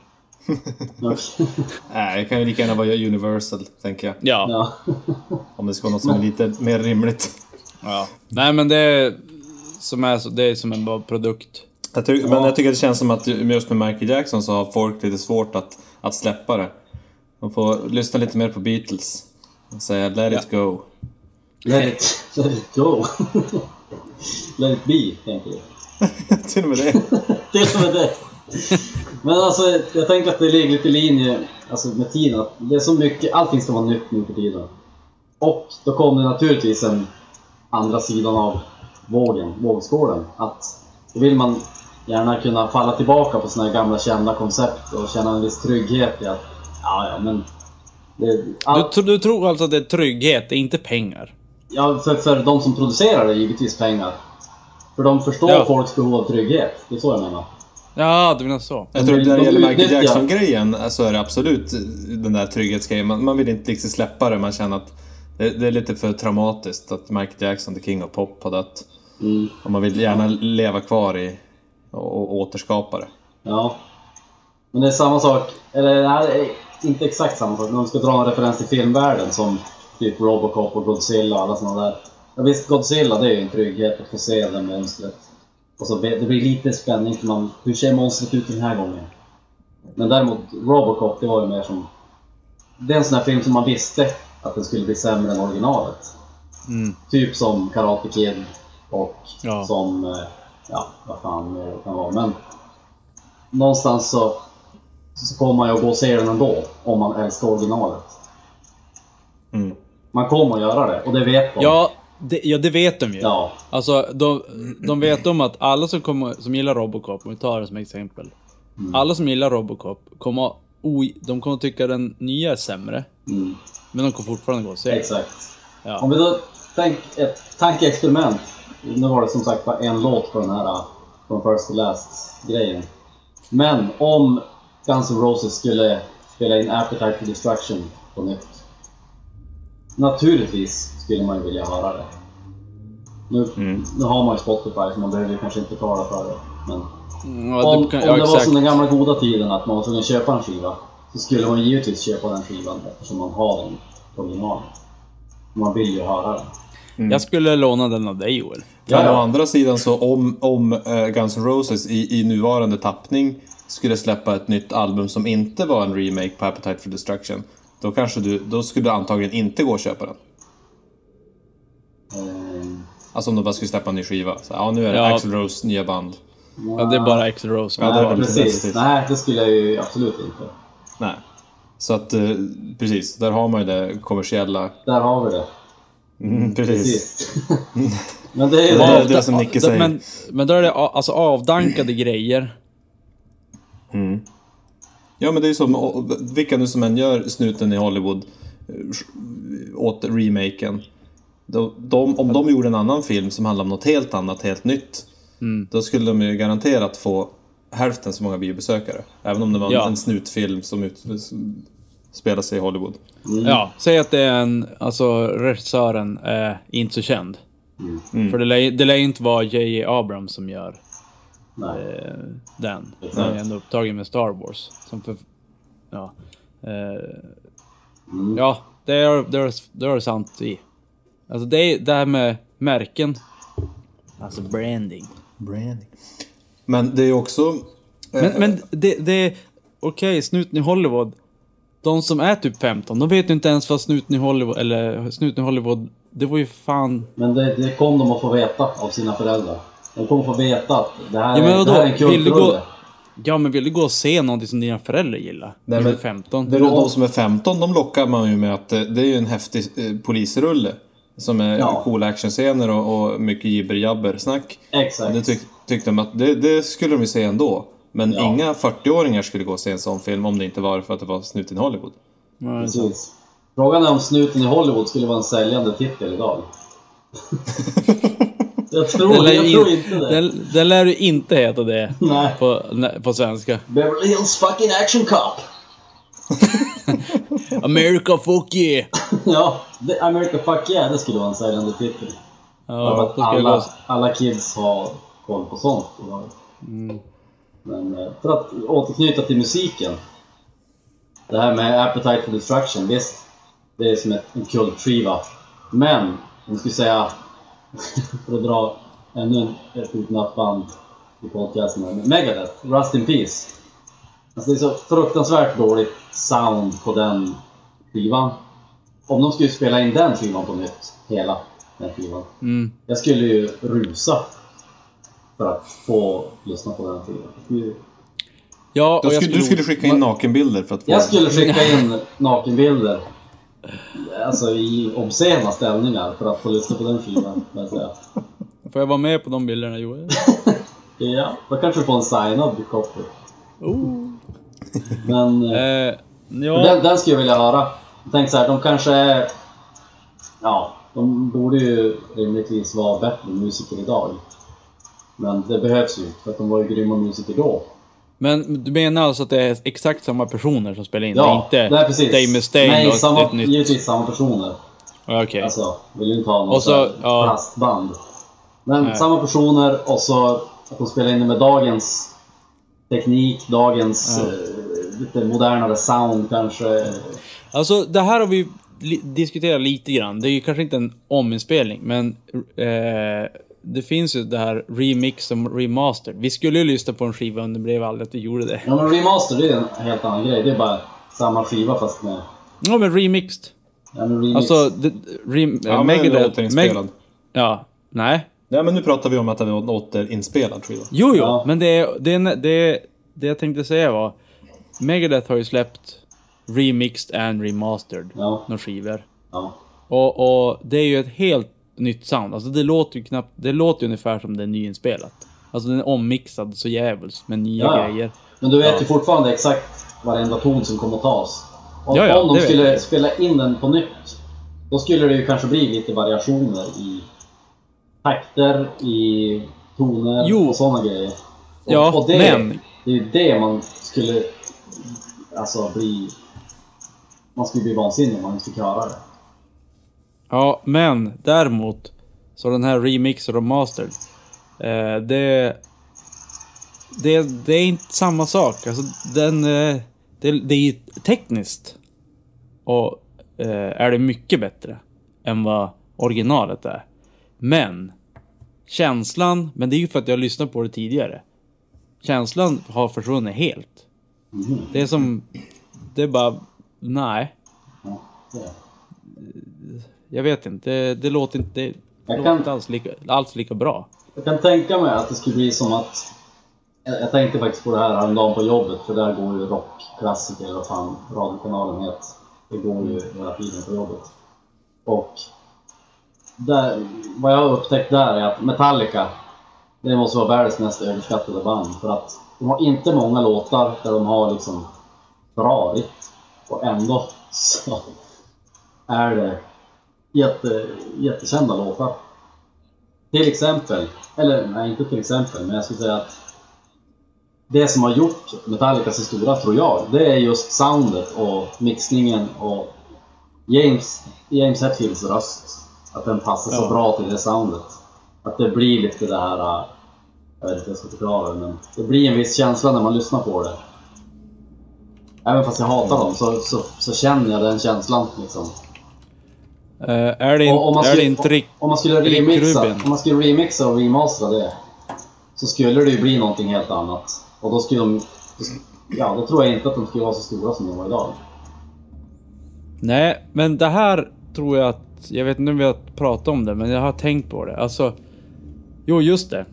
Speaker 3: Nej, det kan ju lika gärna vara Universal, tänker jag.
Speaker 2: Ja.
Speaker 4: Ja.
Speaker 3: Om det ska vara något som är lite mer rimligt.
Speaker 2: ja. Nej, men det är som, är, så- det är som en bra produkt.
Speaker 3: Jag ty- Men jag tycker det känns som att just med Michael Jackson så har folk lite svårt att, att släppa det. De får lyssna lite mer på Beatles. Och säga let it go.
Speaker 4: Let it, let it go. Let it be, tänker jag.
Speaker 3: Till och med det.
Speaker 4: Till och med det. Men alltså, jag tänker att det ligger lite i linje alltså, med tiden. Att det är så mycket, allting ska vara nytt nu för tiden. Och då kommer det naturligtvis en andra sidan av vågen, vågskålen. Att då vill man gärna kunna falla tillbaka på såna här gamla kända koncept och känna en viss trygghet i att, ja, ja, men... Det,
Speaker 2: Du,
Speaker 4: allt,
Speaker 2: tr- du tror alltså att det är trygghet, det är inte pengar?
Speaker 4: ja, för, för de som producerar det är givetvis pengar. För de förstår
Speaker 2: Ja.
Speaker 4: folks behov av trygghet. Det är så jag menar.
Speaker 2: Ja, du menar så.
Speaker 3: Jag tror att när det
Speaker 4: De
Speaker 3: gäller Michael
Speaker 4: utnyttjar-
Speaker 3: Jackson-grejen så är det absolut den där trygghetsgrejen. Man, man vill inte liksom släppa det. Man känner att det, det är lite för traumatiskt att Michael Jackson, the king of pop, har dött.
Speaker 4: Mm.
Speaker 3: Och man vill gärna leva kvar i och, och återskapa det.
Speaker 4: Ja. Men det är samma sak, eller nej, inte exakt samma sak, men om vi ska dra en referens till filmvärlden som typ Robocop och Godzilla och alla sådana där. Ja, visst, Godzilla, det är ju en trygghet att få se det monstret. Och så det blir lite spänning för man, hur ser monstret ut den här gången? Men däremot Robocop, det var ju mer som, det är en sån här film som man visste att den skulle bli sämre än originalet.
Speaker 2: Mm.
Speaker 4: Typ som Karate Kid och
Speaker 2: Ja.
Speaker 4: som, eh, ja, vad fan det kan vara. Men någonstans så, så kommer man ju att gå och se den ändå om man älskar originalet.
Speaker 3: Mm.
Speaker 4: Man kommer att göra det, och det vet de.
Speaker 2: Ja, det, ja, det vet de ju.
Speaker 4: Ja.
Speaker 2: Alltså, de, de vet om att alla som, kommer, som gillar Robocop, om vi tar det som exempel.
Speaker 4: Mm.
Speaker 2: Alla som gillar Robocop kommer, oj, de kommer tycka den nya är sämre.
Speaker 4: Mm.
Speaker 2: Men de kommer fortfarande gå och se.
Speaker 4: Exakt.
Speaker 2: Ja.
Speaker 4: Om vi då tänker ett tankeexperiment. Nu var det som sagt bara en låt på den här från First to Last-grejen. Men om Guns N' Roses skulle spela in Appetite for Destruction på nytt. Naturligtvis skulle man ju vilja höra det. Nu,
Speaker 3: Mm.
Speaker 4: nu har man ju Spotify så man behöver ju kanske inte betala för det. Men
Speaker 2: Ja,
Speaker 4: om,
Speaker 2: du kan,
Speaker 4: om
Speaker 2: ja,
Speaker 4: det var
Speaker 2: exakt.
Speaker 4: som den gamla goda tiden att man var tvungen att köpa en skiva, så skulle man givetvis köpa den skivan eftersom man har den på original. Man vill ju höra den.
Speaker 3: Mm.
Speaker 2: Jag skulle låna den av dig, Joel.
Speaker 3: Men
Speaker 4: Ja.
Speaker 3: å andra sidan så om, om uh, Guns N' Roses i, i nuvarande tappning skulle släppa ett nytt album som inte var en remake på Appetite for Destruction, då kanske du, då skulle du antagligen inte gå och köpa den.
Speaker 4: Ehm,
Speaker 3: Alltså om de bara skulle släppa en ny skiva. Så, ja, nu är det
Speaker 2: Ja.
Speaker 3: Axl Rose nya band.
Speaker 2: Ja, det är bara Axl Rose.
Speaker 3: Ja, det är
Speaker 4: nej,
Speaker 3: väl
Speaker 4: precis.
Speaker 3: precis.
Speaker 4: Nej, det skulle jag ju absolut inte.
Speaker 3: Nej. Så att, eh, precis, där har man ju det kommersiella.
Speaker 4: Där har vi det.
Speaker 3: Mm, precis.
Speaker 4: Precis. Men det är ju
Speaker 3: Det är
Speaker 4: det.
Speaker 3: det som Nicke
Speaker 2: Ja,
Speaker 3: säger.
Speaker 2: Men, men då är det a- alltså avdankade grejer.
Speaker 3: Mm. Ja, men det är ju som, och vilka nu som än gör snuten i Hollywood eh, åt remaken. De, de, om de gjorde en annan film som handlar om något helt annat, helt nytt,
Speaker 2: Mm.
Speaker 3: då skulle de ju garanterat få hälften så många biobesökare. Även om det var en,
Speaker 2: Ja.
Speaker 3: en snutfilm som, ut, spela sig i Hollywood.
Speaker 4: Mm.
Speaker 2: Ja, säg att det är en, alltså regissören är inte så känd.
Speaker 4: Mm.
Speaker 2: För det lär, det lär inte vara J J Abrams som gör
Speaker 4: Nej.
Speaker 2: eh, den.
Speaker 4: Exakt.
Speaker 2: Han är ändå upptagen med Star Wars. Som för, ja, eh,
Speaker 4: Mm.
Speaker 2: ja, det är det är, det är sant i. Alltså det är det här med märken. Alltså branding.
Speaker 3: Branding. Men det är också...
Speaker 2: Men, men det, det är okej, okay, snuten i Hollywood. De som är typ femton, de vet ju inte ens vad snuten i Hollywood, eller snuten i Hollywood, det var ju fan...
Speaker 4: Men det, det kommer de att få veta av sina föräldrar. De kommer att få veta att det här,
Speaker 2: Ja, men
Speaker 4: är,
Speaker 2: vadå?
Speaker 4: det här är en
Speaker 2: Vill du gå...
Speaker 4: kultrulle.
Speaker 2: Ja, men vill du gå och se någonting som dina föräldrar gillar?
Speaker 3: Nej,
Speaker 2: När
Speaker 3: men
Speaker 2: du är femton?
Speaker 3: Det är de som är femton, de lockar man ju med att det, det är ju en häftig eh, polisrulle. Som är
Speaker 4: Ja.
Speaker 3: coola actionscener och, och mycket jibber-jabber-snack.
Speaker 4: Exakt.
Speaker 3: Och det tyck, tyckte de att det, det skulle de ju se ändå. Men
Speaker 4: Ja.
Speaker 3: inga fyrtioåringar skulle gå och se en sån film om det inte var för att det var snuten i Hollywood.
Speaker 2: Ja, det är sant.
Speaker 4: Precis. Frågan är om snuten i Hollywood skulle vara en säljande titel idag. jag tror,
Speaker 2: Den lär
Speaker 4: jag
Speaker 2: ju
Speaker 4: tror
Speaker 2: in-
Speaker 4: inte det.
Speaker 2: Den, den lär ju inte heta det
Speaker 4: Nej.
Speaker 2: på, nej, på svenska.
Speaker 4: Beverly Hills fucking action cop.
Speaker 2: America, fuck yeah!
Speaker 4: Ja, the America fuck yeah, det skulle vara en säljande titel.
Speaker 2: Ja,
Speaker 4: För
Speaker 2: då
Speaker 4: att
Speaker 2: ska jag
Speaker 4: alla,
Speaker 2: gå...
Speaker 4: alla kids har koll på sånt idag.
Speaker 2: Mm.
Speaker 4: Men eh, för att återknyta till musiken. Det här med Appetite for Destruction, visst, det är som ett, en kultskiva. Men, om jag skulle säga, för att dra ännu ett utnött band i podcasten här, Megadeth, Rust in Peace. Alltså det är så fruktansvärt dåligt sound på den skivan. Om de skulle spela in den skivan på nytt, hela den skivan.
Speaker 2: Mm.
Speaker 4: Jag skulle ju rusa för att få lyssna på den skivan. Jag skulle-
Speaker 2: Ja,
Speaker 3: Du
Speaker 2: och jag
Speaker 3: skulle, du skulle skicka in nakenbilder för att få...
Speaker 4: Jag skulle skicka in nakenbilder, alltså i obscena ställningar, för att få lyssna på den skivan. Får jag säga.
Speaker 2: Får jag vara med på de bilderna, Joel?
Speaker 4: Ja, då kanske du får en signad copy.
Speaker 2: Oh.
Speaker 4: Men eh,
Speaker 2: Eh, ja,
Speaker 4: den, den skulle jag vilja höra. Jag tänkte så här, de kanske är... Ja, de borde ju rimligtvis vara bättre musiker idag. Men det behövs ju, för att de var ju grymma musiker då.
Speaker 2: men du menar alltså att det är exakt samma personer som spelar in?
Speaker 4: Ja,
Speaker 2: det är inte
Speaker 4: nej, precis.
Speaker 2: Dave Mustaine
Speaker 4: Nej,
Speaker 2: och
Speaker 4: samma,
Speaker 2: ett nytt...
Speaker 4: givetvis samma personer.
Speaker 2: Ja, okej.
Speaker 4: Alltså, vill ju inte ha någon
Speaker 2: Och så,
Speaker 4: så,
Speaker 2: ja.
Speaker 4: plastband. Men
Speaker 2: Nej.
Speaker 4: samma personer, och så att de spelar in det med dagens teknik, dagens
Speaker 2: Ja.
Speaker 4: eh, lite modernare sound kanske.
Speaker 2: Alltså, det här har vi li- diskuterat lite grann. Det är ju kanske inte en ominspelning, men eh, det finns ju det här remix som remaster. Vi skulle ju lyssna på en skiva, men det blev aldrig att vi gjorde det.
Speaker 4: Ja, men remaster, det är en helt annan grej. Det är bara samma skiva fast med...
Speaker 2: Ja, men remixed.
Speaker 4: Ja, men remix.
Speaker 2: Alltså, det, rem,
Speaker 3: Ja, men den är återinspelad.
Speaker 2: Meg- ja, nej.
Speaker 3: Ja, men nu pratar vi om att det var en återinspelad skiva.
Speaker 2: Jo, jo,
Speaker 4: Ja.
Speaker 2: men det, är- det, är- det, är- det jag tänkte säga var Megadeth har ju släppt remixed and remastered
Speaker 4: Ja.
Speaker 2: några skivor.
Speaker 4: Ja.
Speaker 2: Och, och det är ju ett helt nytt sound. Alltså det låter ju knappt, det låter ju ungefär som det är nyinspelat. Alltså den är ommixad så jävligt med nya
Speaker 4: Ja, ja.
Speaker 2: grejer.
Speaker 4: Men du vet
Speaker 2: Ja.
Speaker 4: ju fortfarande exakt varenda ton som kommer att tas. Om,
Speaker 2: Ja, ja,
Speaker 4: om
Speaker 2: det
Speaker 4: de
Speaker 2: vet
Speaker 4: skulle
Speaker 2: jag.
Speaker 4: spela in den på nytt, då skulle det ju kanske bli lite variationer i takter, i toner
Speaker 2: Jo.
Speaker 4: och sådana grejer. Och,
Speaker 2: Ja,
Speaker 4: och det,
Speaker 2: men-
Speaker 4: det är ju det man skulle alltså bli... Man skulle bli vansinnig om man inte fick höra det.
Speaker 2: Ja, men däremot så den här remix och remastered eh, det, det det är inte samma sak. Alltså den eh, det, det är ju tekniskt och eh, är det mycket bättre än vad originalet är. Men känslan, men det är ju för att jag har lyssnat på det tidigare. Känslan har försvunnit helt.
Speaker 4: Mhm.
Speaker 2: Det är som det är bara nej.
Speaker 4: Ja, det.
Speaker 2: Jag vet inte, det, det låter inte, det
Speaker 4: Jag
Speaker 2: låter
Speaker 4: kan-
Speaker 2: inte alls lika, alls lika bra.
Speaker 4: Jag kan tänka mig att det skulle bli som att... Jag, jag tänkte faktiskt på det här häromdagen på jobbet, för där går ju rockklassiker, eller vad fan radiokanalen heter. Det går ju hela tiden på jobbet. Och där, vad jag har upptäckt där är att Metallica, det måste vara världens mest överskattade band. För att de har inte många låtar där de har liksom bra riff. Och ändå så är det jätte, jättekända låtar. Till exempel, eller nej inte till exempel, men jag skulle säga att det som har gjort Metallica så stora, tror jag, det är just soundet och mixningen och James, James Hetfields röst. Att den passar så
Speaker 2: Ja.
Speaker 4: bra till det soundet. Att det blir lite det här, jag vet inte hur jag ska förklara det, men det blir en viss känsla när man lyssnar på det. Även fast jag hatar dem så, så, så känner jag den känslan liksom.
Speaker 2: Uh, är det, in,
Speaker 4: Och om man
Speaker 2: är
Speaker 4: skulle,
Speaker 2: det inte Rick,
Speaker 4: om man skulle
Speaker 2: Rick
Speaker 4: remixa,
Speaker 2: Rubin?
Speaker 4: om man skulle remixa och remastera det, så skulle det ju bli någonting helt annat. Och då skulle de, ja, då tror jag inte att de skulle vara så stora som de var idag.
Speaker 2: Nej, men det här tror jag att, jag vet inte om vi har pratat om det, men jag har tänkt på det. Alltså, jo just det.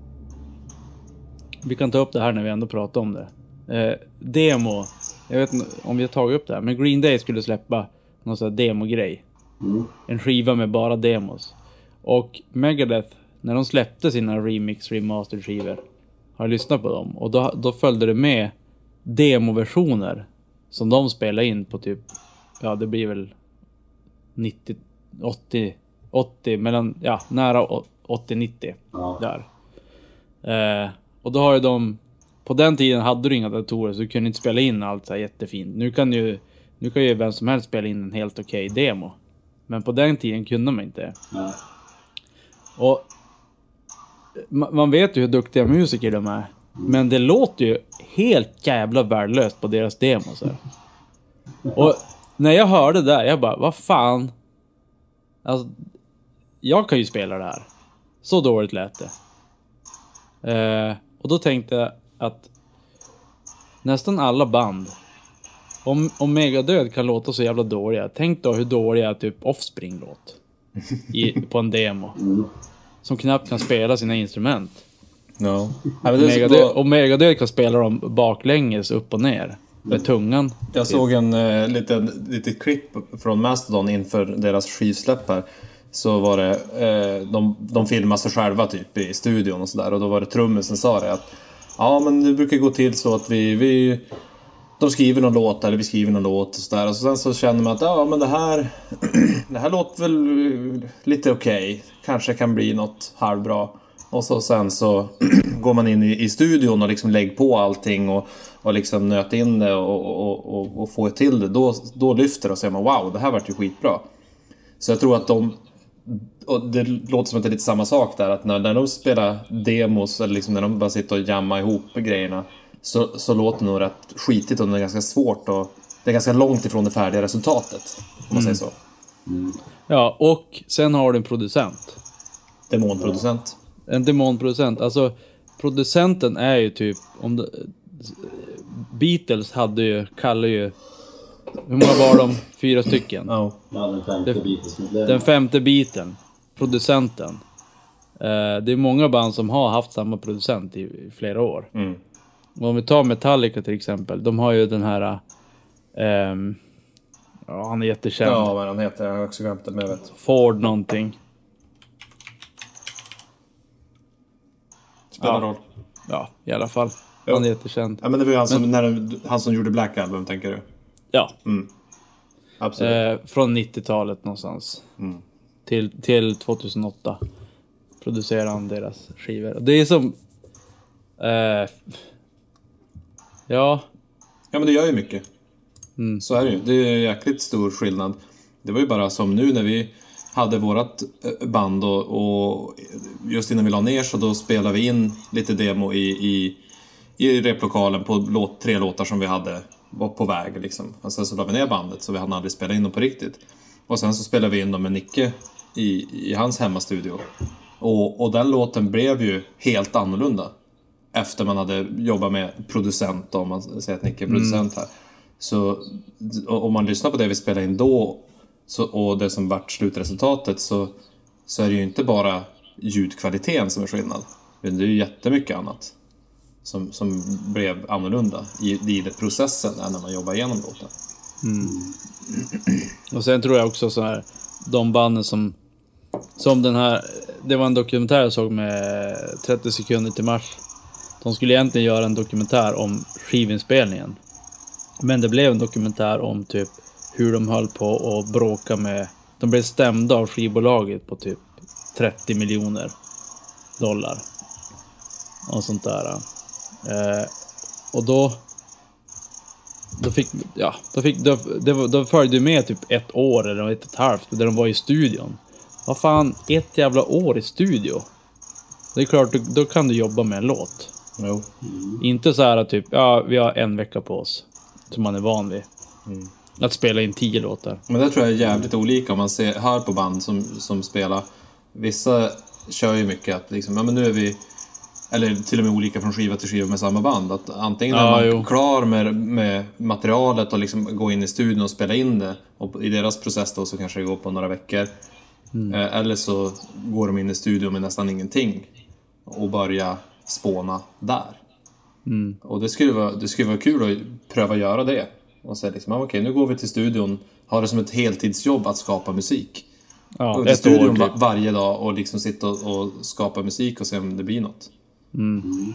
Speaker 2: Vi kan ta upp det här när vi ändå pratar om det. Eh, demo, jag vet inte om vi har tagit upp det här, men Green Day skulle släppa någon sån här demo-grej.
Speaker 4: Mm.
Speaker 2: En skiva med bara demos. Och Megadeth, när de släppte sina remix, remastered skivor, har jag lyssnat på dem. Och då, då följde det med demoversioner som de spelade in på typ, ja det blir väl nittio, åttio, åttio mellan, ja nära åttio nittio
Speaker 4: Ja.
Speaker 2: där. Eh, och då har ju de, på den tiden hade du inga datorer så du kunde inte spela in allt så här jättefint. Nu kan ju, nu kan ju vem som helst spela in en helt okej demo. Men på den tiden kunde man inte.
Speaker 4: Ja.
Speaker 2: Och ma- man vet ju hur duktiga musiker de är. Men det låter ju helt jävla värdelöst på deras demos här. Och när jag hörde det där, jag bara, vad fan? Alltså, jag kan ju spela det här. Så dåligt lät det. Eh, och då tänkte jag att nästan alla band, om, om Megadöd kan låta så jävla dåliga, tänk då hur dåliga typ Offspring låt i, på en demo.
Speaker 4: Mm.
Speaker 2: Som knappt kan spela sina instrument.
Speaker 3: Ja. Ja, men det,
Speaker 2: Megadöd,
Speaker 3: då,
Speaker 2: och Megadöd kan spela dem baklänges upp och ner med tungan.
Speaker 3: jag såg en eh, liten, litet klipp från Mastodon inför deras skivsläpp här. Så var det, eh, de, de filmade sig själva typ i studion och sådär. Och då var det trummisen som sa det att ja men det brukar gå till så att vi, vi de skriver någon låt eller vi skriver någon låt och sådär. Och så sen så känner man att ja men det här det här låter väl lite okej. Okay. Kanske kan bli något halvbra. Och så sen så går man in i, i studion och liksom lägger på allting och, och liksom nöt in det och, och, och, och får till det. Då, då lyfter det och säger man wow, det här vart ju skitbra. Så jag tror att de, och det låter som att det är lite samma sak där, att när, när de spelar demos eller liksom när de bara sitter och jammar ihop grejerna så, så låter det nog rätt skitigt och det är ganska svårt och det är ganska långt ifrån det färdiga resultatet, om man säger så.
Speaker 2: Ja, och sen har du en producent.
Speaker 3: Demonproducent.
Speaker 2: En demonproducent. Alltså, producenten är ju typ, om det, Beatles hade ju, kallar ju, hur många var de? Fyra stycken.
Speaker 3: Ja.
Speaker 4: Ja, den femte
Speaker 2: Det-
Speaker 4: Beatles-medlemmen.
Speaker 2: Den femte biten, producenten. Eh, det är många band som har haft samma producent i, i flera år.
Speaker 3: Mm.
Speaker 2: Och om vi tar Metallica till exempel, de har ju den här, ehm, ja han är jättekänd.
Speaker 3: Ja, vad han heter, jag har också glömt det, men jag vet.
Speaker 2: Ford någonting.
Speaker 3: Spelar
Speaker 2: Ja.
Speaker 3: roll.
Speaker 2: Ja, i alla fall.
Speaker 3: Jo.
Speaker 2: Han är jättekänd.
Speaker 3: Ja, men det var ju han som, när, han som gjorde Black Album, tänker du?
Speaker 2: Ja,
Speaker 3: Absolut.
Speaker 2: eh, från nittiotalet någonstans.
Speaker 3: Mm.
Speaker 2: Till, till tjugohundraåtta producerade han deras skivor. Det är som... Eh, ja,
Speaker 3: Ja, men det gör ju mycket.
Speaker 2: Mm.
Speaker 3: Så är det ju. Det är jäkligt stor skillnad. Det var ju bara som nu när vi hade vårat eh, band och, och just innan vi la ner så då spelade vi in lite demo i, i, i replokalen på låt, tre låtar som vi hade var på väg liksom. Och sen så la vi ner bandet så vi hann aldrig spela in dem på riktigt. Och sen så spelade vi in dem med Nicke i, i hans hemmastudio. Och, och den låten blev ju helt annorlunda. Efter man hade jobbat med producent, om man säger att Nicke är producent här. Så om man lyssnar på det vi spelade in då så, och det som vart slutresultatet så, så är det ju inte bara ljudkvaliteten som är skillnad. Det är ju jättemycket annat som, som blev annorlunda i, i den processen än när man jobbar igenom låten.
Speaker 2: och sen tror jag också så här, de banden som, som den här, det var en dokumentär jag såg med trettio sekunder till mars. De skulle egentligen göra en dokumentär om skivinspelningen. Men det blev en dokumentär om typ hur de höll på och bråka med, de blev stämda av skivbolaget på typ trettio miljoner dollar och sånt där. Eh, och då... Då fick... Ja, då fick... Då, det var, då följde med typ ett år eller ett och ett halvt där de var i studion. Vad fan, ett jävla år i studio. Det är klart, då, då kan du jobba med en låt.
Speaker 3: Jo.
Speaker 2: Mm. Inte så här typ, ja, vi har en vecka på oss. Som man är van vid. Mm. Att spela in tio låtar.
Speaker 3: Men det tror jag är jävligt olika om man ser, hör på band som, som spelar. Vissa kör ju mycket att liksom, ja men nu är vi... Eller till och med olika från skiva till skiva med samma band. Att antingen är
Speaker 2: ja,
Speaker 3: man
Speaker 2: jo.
Speaker 3: klar med, med materialet och liksom gå in i studion och spela in det. Och i deras process då så kanske det går på några veckor. Mm. Eller så går de in i studion med nästan ingenting. Och börjar spåna där. Mm. Och det skulle, vara, det skulle vara kul att pröva göra det. Och säga liksom, ah, okej nu går vi till studion. Har det som ett heltidsjobb att skapa musik.
Speaker 2: Ja,
Speaker 3: och till studion var, varje dag och liksom sitta och, och skapa musik och se om det blir något.
Speaker 2: Mm.
Speaker 4: Mm.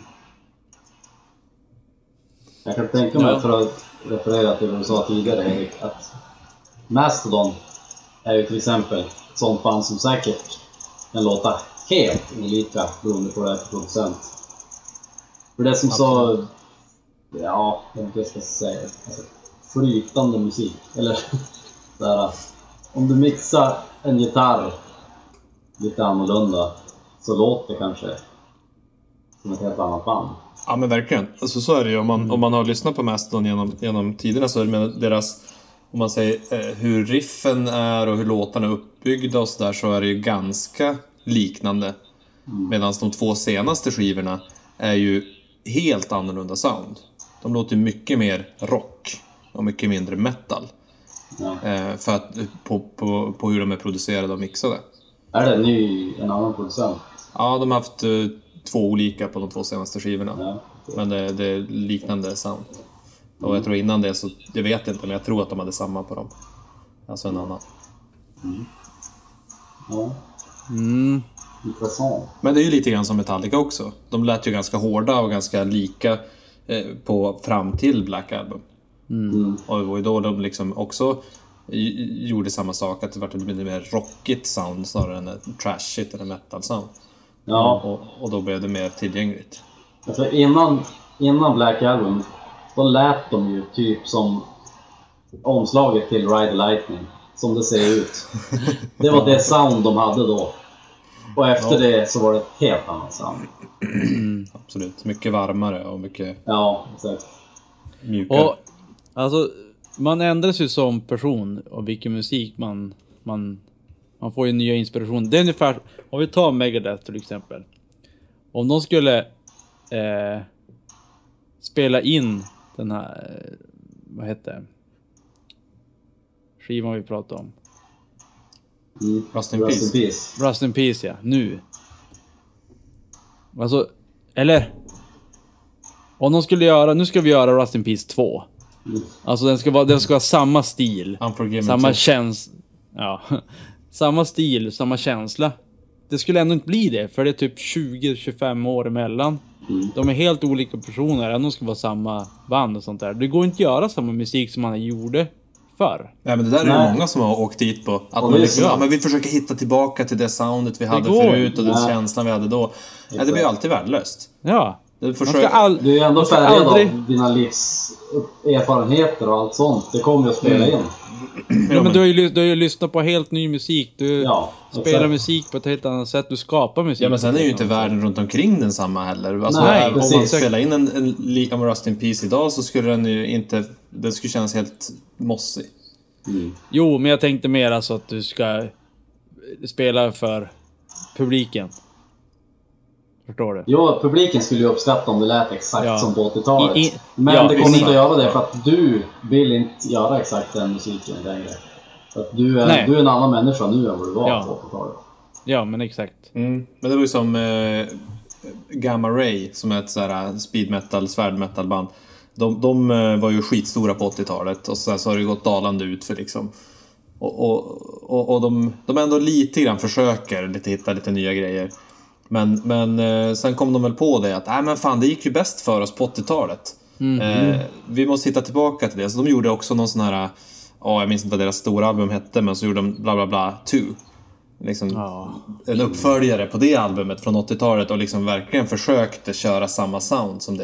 Speaker 4: Jag kan tänka mig, ja. För att referera till vad du sa tidigare Erik, att Mastodon är ju till exempel ett sånt band som säkert kan låta helt olika beroende på det här producent. För det som så, ja, jag vet inte vad jag ska säga, alltså, flytande musik, eller där, om du mixar en gitarr lite annorlunda så låter det kanske som ett helt annat band.
Speaker 3: Ja men verkligen, alltså så är det ju. Om man, mm. om man har lyssnat på Mastodon genom, genom tiderna så är det med deras, om man säger eh, hur riffen är och hur låtarna är uppbyggda och så där, så är det ju ganska liknande. Mm. Medan de två senaste skivorna är ju helt annorlunda sound. De låter mycket mer rock och mycket mindre metal. Ja. Eh, för att, på, på, på hur de är producerade och mixade.
Speaker 4: Är det ny, en annan producent?
Speaker 3: Ja, de har haft uh, två olika på de två senaste skivorna. Ja, okay. Men det, det är liknande sound. Mm. Och jag tror innan det så, jag vet inte, men jag tror att de hade samma på dem. Alltså en annan.
Speaker 4: Mm. Ja.
Speaker 2: Mm.
Speaker 4: Intressant.
Speaker 3: Men det är ju lite grann som Metallica också. De lät ju ganska hårda och ganska lika eh, på fram till Black Album.
Speaker 2: Mm.
Speaker 3: Och det var ju då de liksom också gjorde samma sak, att det var lite mer rockigt sound snarare än ett trashigt eller metal sound.
Speaker 4: Ja.
Speaker 3: Och, och då blev det mer tillgängligt.
Speaker 4: Alltså innan, innan Black Album då lät de ju typ som omslaget till Ride the Lightning, som det ser ut. Det var det sound de hade då. Och efter ja. det så var det ett helt annat sound.
Speaker 3: Mm. Absolut, mycket varmare och mycket
Speaker 4: ja, exakt.
Speaker 3: mjukare.
Speaker 2: Och alltså man ändras ju som person och vilken musik man man man får ju nya inspiration. Det är ungefär, om vi tar Megadeth till exempel. Om de skulle eh, spela in den här, vad heter det? Skivan vi pratade om.
Speaker 3: Mm. Rust in Peace.
Speaker 4: Rust in Peace.
Speaker 2: Rust in Peace, ja. Nu. Alltså, eller om de skulle göra, nu ska vi göra Rust in Peace två. Mm. Alltså den ska vara, den ska ha samma stil, samma känsla. Ja. Samma stil, samma känsla. Det skulle ändå inte bli det, för det är typ tjugo till tjugofem år emellan. Mm. De är helt olika personer, ändå ska vara samma band och sånt där. Det går inte att göra samma musik som man gjorde förr.
Speaker 3: Nej, men det där är Nej. ju många som har åkt dit på. Att man liksom, ja, men vi försöker hitta tillbaka till det soundet vi det hade går. förut och den Nej. känslan vi hade då. Nej, det blir alltid värdelöst.
Speaker 2: Ja.
Speaker 4: Det försöker... all... Du är ändå färdig aldrig... av dina livserfarenheter och allt sånt. Det kommer ju att spela in.
Speaker 2: Ja, men du har, ju, du har ju lyssnat på helt ny musik. Du ja, spelar musik på ett helt annat sätt. Du skapar musik.
Speaker 3: Ja, men sen är ju inte världen runt omkring den samma heller. Alltså, Nej, om precis. man spelar in en, en lika med Rust in Peace idag så skulle den ju inte... Den skulle kännas helt mossig.
Speaker 2: Mm. Jo, men jag tänkte mer alltså att du ska spela för publiken. Förstår du?
Speaker 4: Jo, publiken skulle ju uppskatta om det lät exakt ja. som på åttiotalet. I, i, men
Speaker 2: ja,
Speaker 4: det kommer inte att göra det för att du vill inte göra exakt den musiken längre. För att du är, du är en annan människa nu än vad du var ja. på åttiotalet.
Speaker 2: Ja, men exakt.
Speaker 3: Mm. Men det var ju som eh, Gamma Ray, som är ett sådär speed metal, svärd metal band. De, de var ju skitstora på åttiotalet och sen så har det gått dalande ut för liksom. Och, och, och, och de, de ändå lite grann försöker lite hitta lite nya grejer. Men, men eh, sen kom de väl på det att nej men fan, det gick ju bäst för oss på åttiotalet. Mm. Eh, vi måste hitta tillbaka till det. Så de gjorde också någon sån här, ja jag minns inte vad deras stora album hette, men så gjorde de bla bla bla två. Liksom ja. en uppföljare på det albumet från åttiotalet och liksom verkligen försökte köra samma sound som det.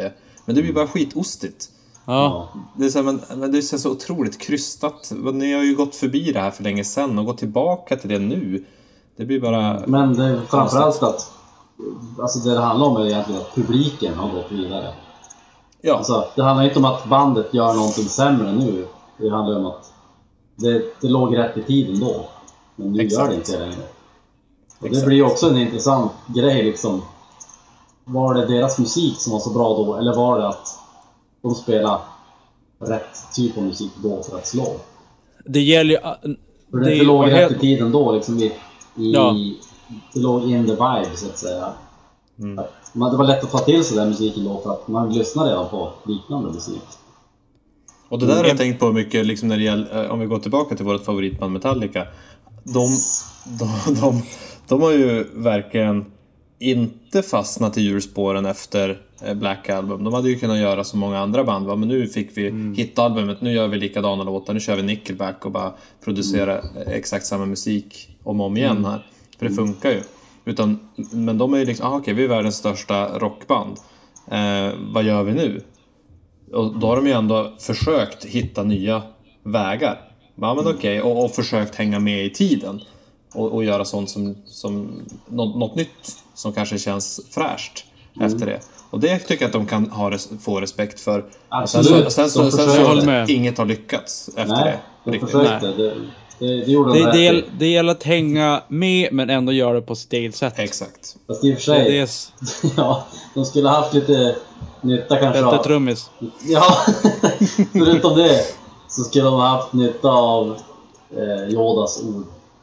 Speaker 3: Men det blir bara skitostigt.
Speaker 2: Ja.
Speaker 3: Det är så här, men, men det är så otroligt krystat. Ni har ju gått förbi det här för länge sedan och gått tillbaka till det nu. Det blir bara...
Speaker 4: Men det är framförallt att alltså det det handlar om är egentligen att publiken har gått vidare.
Speaker 3: Ja.
Speaker 4: Alltså, det handlar inte om att bandet gör någonting sämre nu. Det handlar om att det, det låg rätt i tiden då. Men nu
Speaker 3: Exakt.
Speaker 4: gör det inte längre. Och det
Speaker 3: Exakt.
Speaker 4: blir ju också en intressant grej liksom. Var det deras musik som var så bra då? Eller var det att de spelar rätt typ av musik då för att slå?
Speaker 2: Det gäller ju...
Speaker 4: För det, det
Speaker 2: är-
Speaker 4: låg
Speaker 2: vad
Speaker 4: rätt
Speaker 2: heter-
Speaker 4: i tiden då liksom i, i
Speaker 2: Ja.
Speaker 4: det låg in the vibe så att säga.
Speaker 3: Mm.
Speaker 4: Att man, det var lätt att ta till sig den musiken då för att man lyssnar redan på liknande musik.
Speaker 3: Och det där har jag tänkt på mycket liksom när det gäller, eh, om vi går tillbaka till vårt favoritband Metallica. De, de, de, de har ju verkligen inte fastnat i hjulspåren efter eh, Black Album. De hade ju kunnat göra som många andra band. Va? Men nu fick vi
Speaker 2: Mm.
Speaker 3: hitalbumet, nu gör vi likadana låtar. Nu kör vi Nickelback och bara producerar
Speaker 2: Mm.
Speaker 3: eh, exakt samma musik om och om igen här. För det funkar ju. Utan, men de är ju liksom, ah, okej, okay, vi är världens största rockband. Eh, vad gör vi nu? Och då har de ju ändå försökt hitta nya vägar. Ja, men okej, okay, och, och försökt hänga med i tiden. Och, och göra sånt som, som något, något nytt som kanske känns fräscht
Speaker 4: Mm.
Speaker 3: efter det. Och det tycker jag att de kan ha, res- få respekt för.
Speaker 4: Absolut.
Speaker 3: Sen så, sen så,
Speaker 4: De
Speaker 3: sen
Speaker 4: försöker.
Speaker 3: så
Speaker 2: Håller
Speaker 3: att
Speaker 2: med.
Speaker 3: inget har lyckats efter
Speaker 4: Nej,
Speaker 3: det.
Speaker 4: de
Speaker 3: Riktigt.
Speaker 4: försökte. Det, det, det gjorde de
Speaker 2: Det,
Speaker 4: rätt
Speaker 2: det,
Speaker 4: i.
Speaker 2: gäller, det gäller att hänga med men ändå göra det på sitt eget sätt.
Speaker 3: Exakt.
Speaker 4: Fast i och för
Speaker 2: Det,
Speaker 4: sig,
Speaker 2: det är s-
Speaker 4: ja, de skulle ha haft lite nytta kanske
Speaker 2: bättre
Speaker 4: av...
Speaker 2: trummis.
Speaker 4: Ja, förutom det så skulle de ha haft nytta av eh, Yodas ord.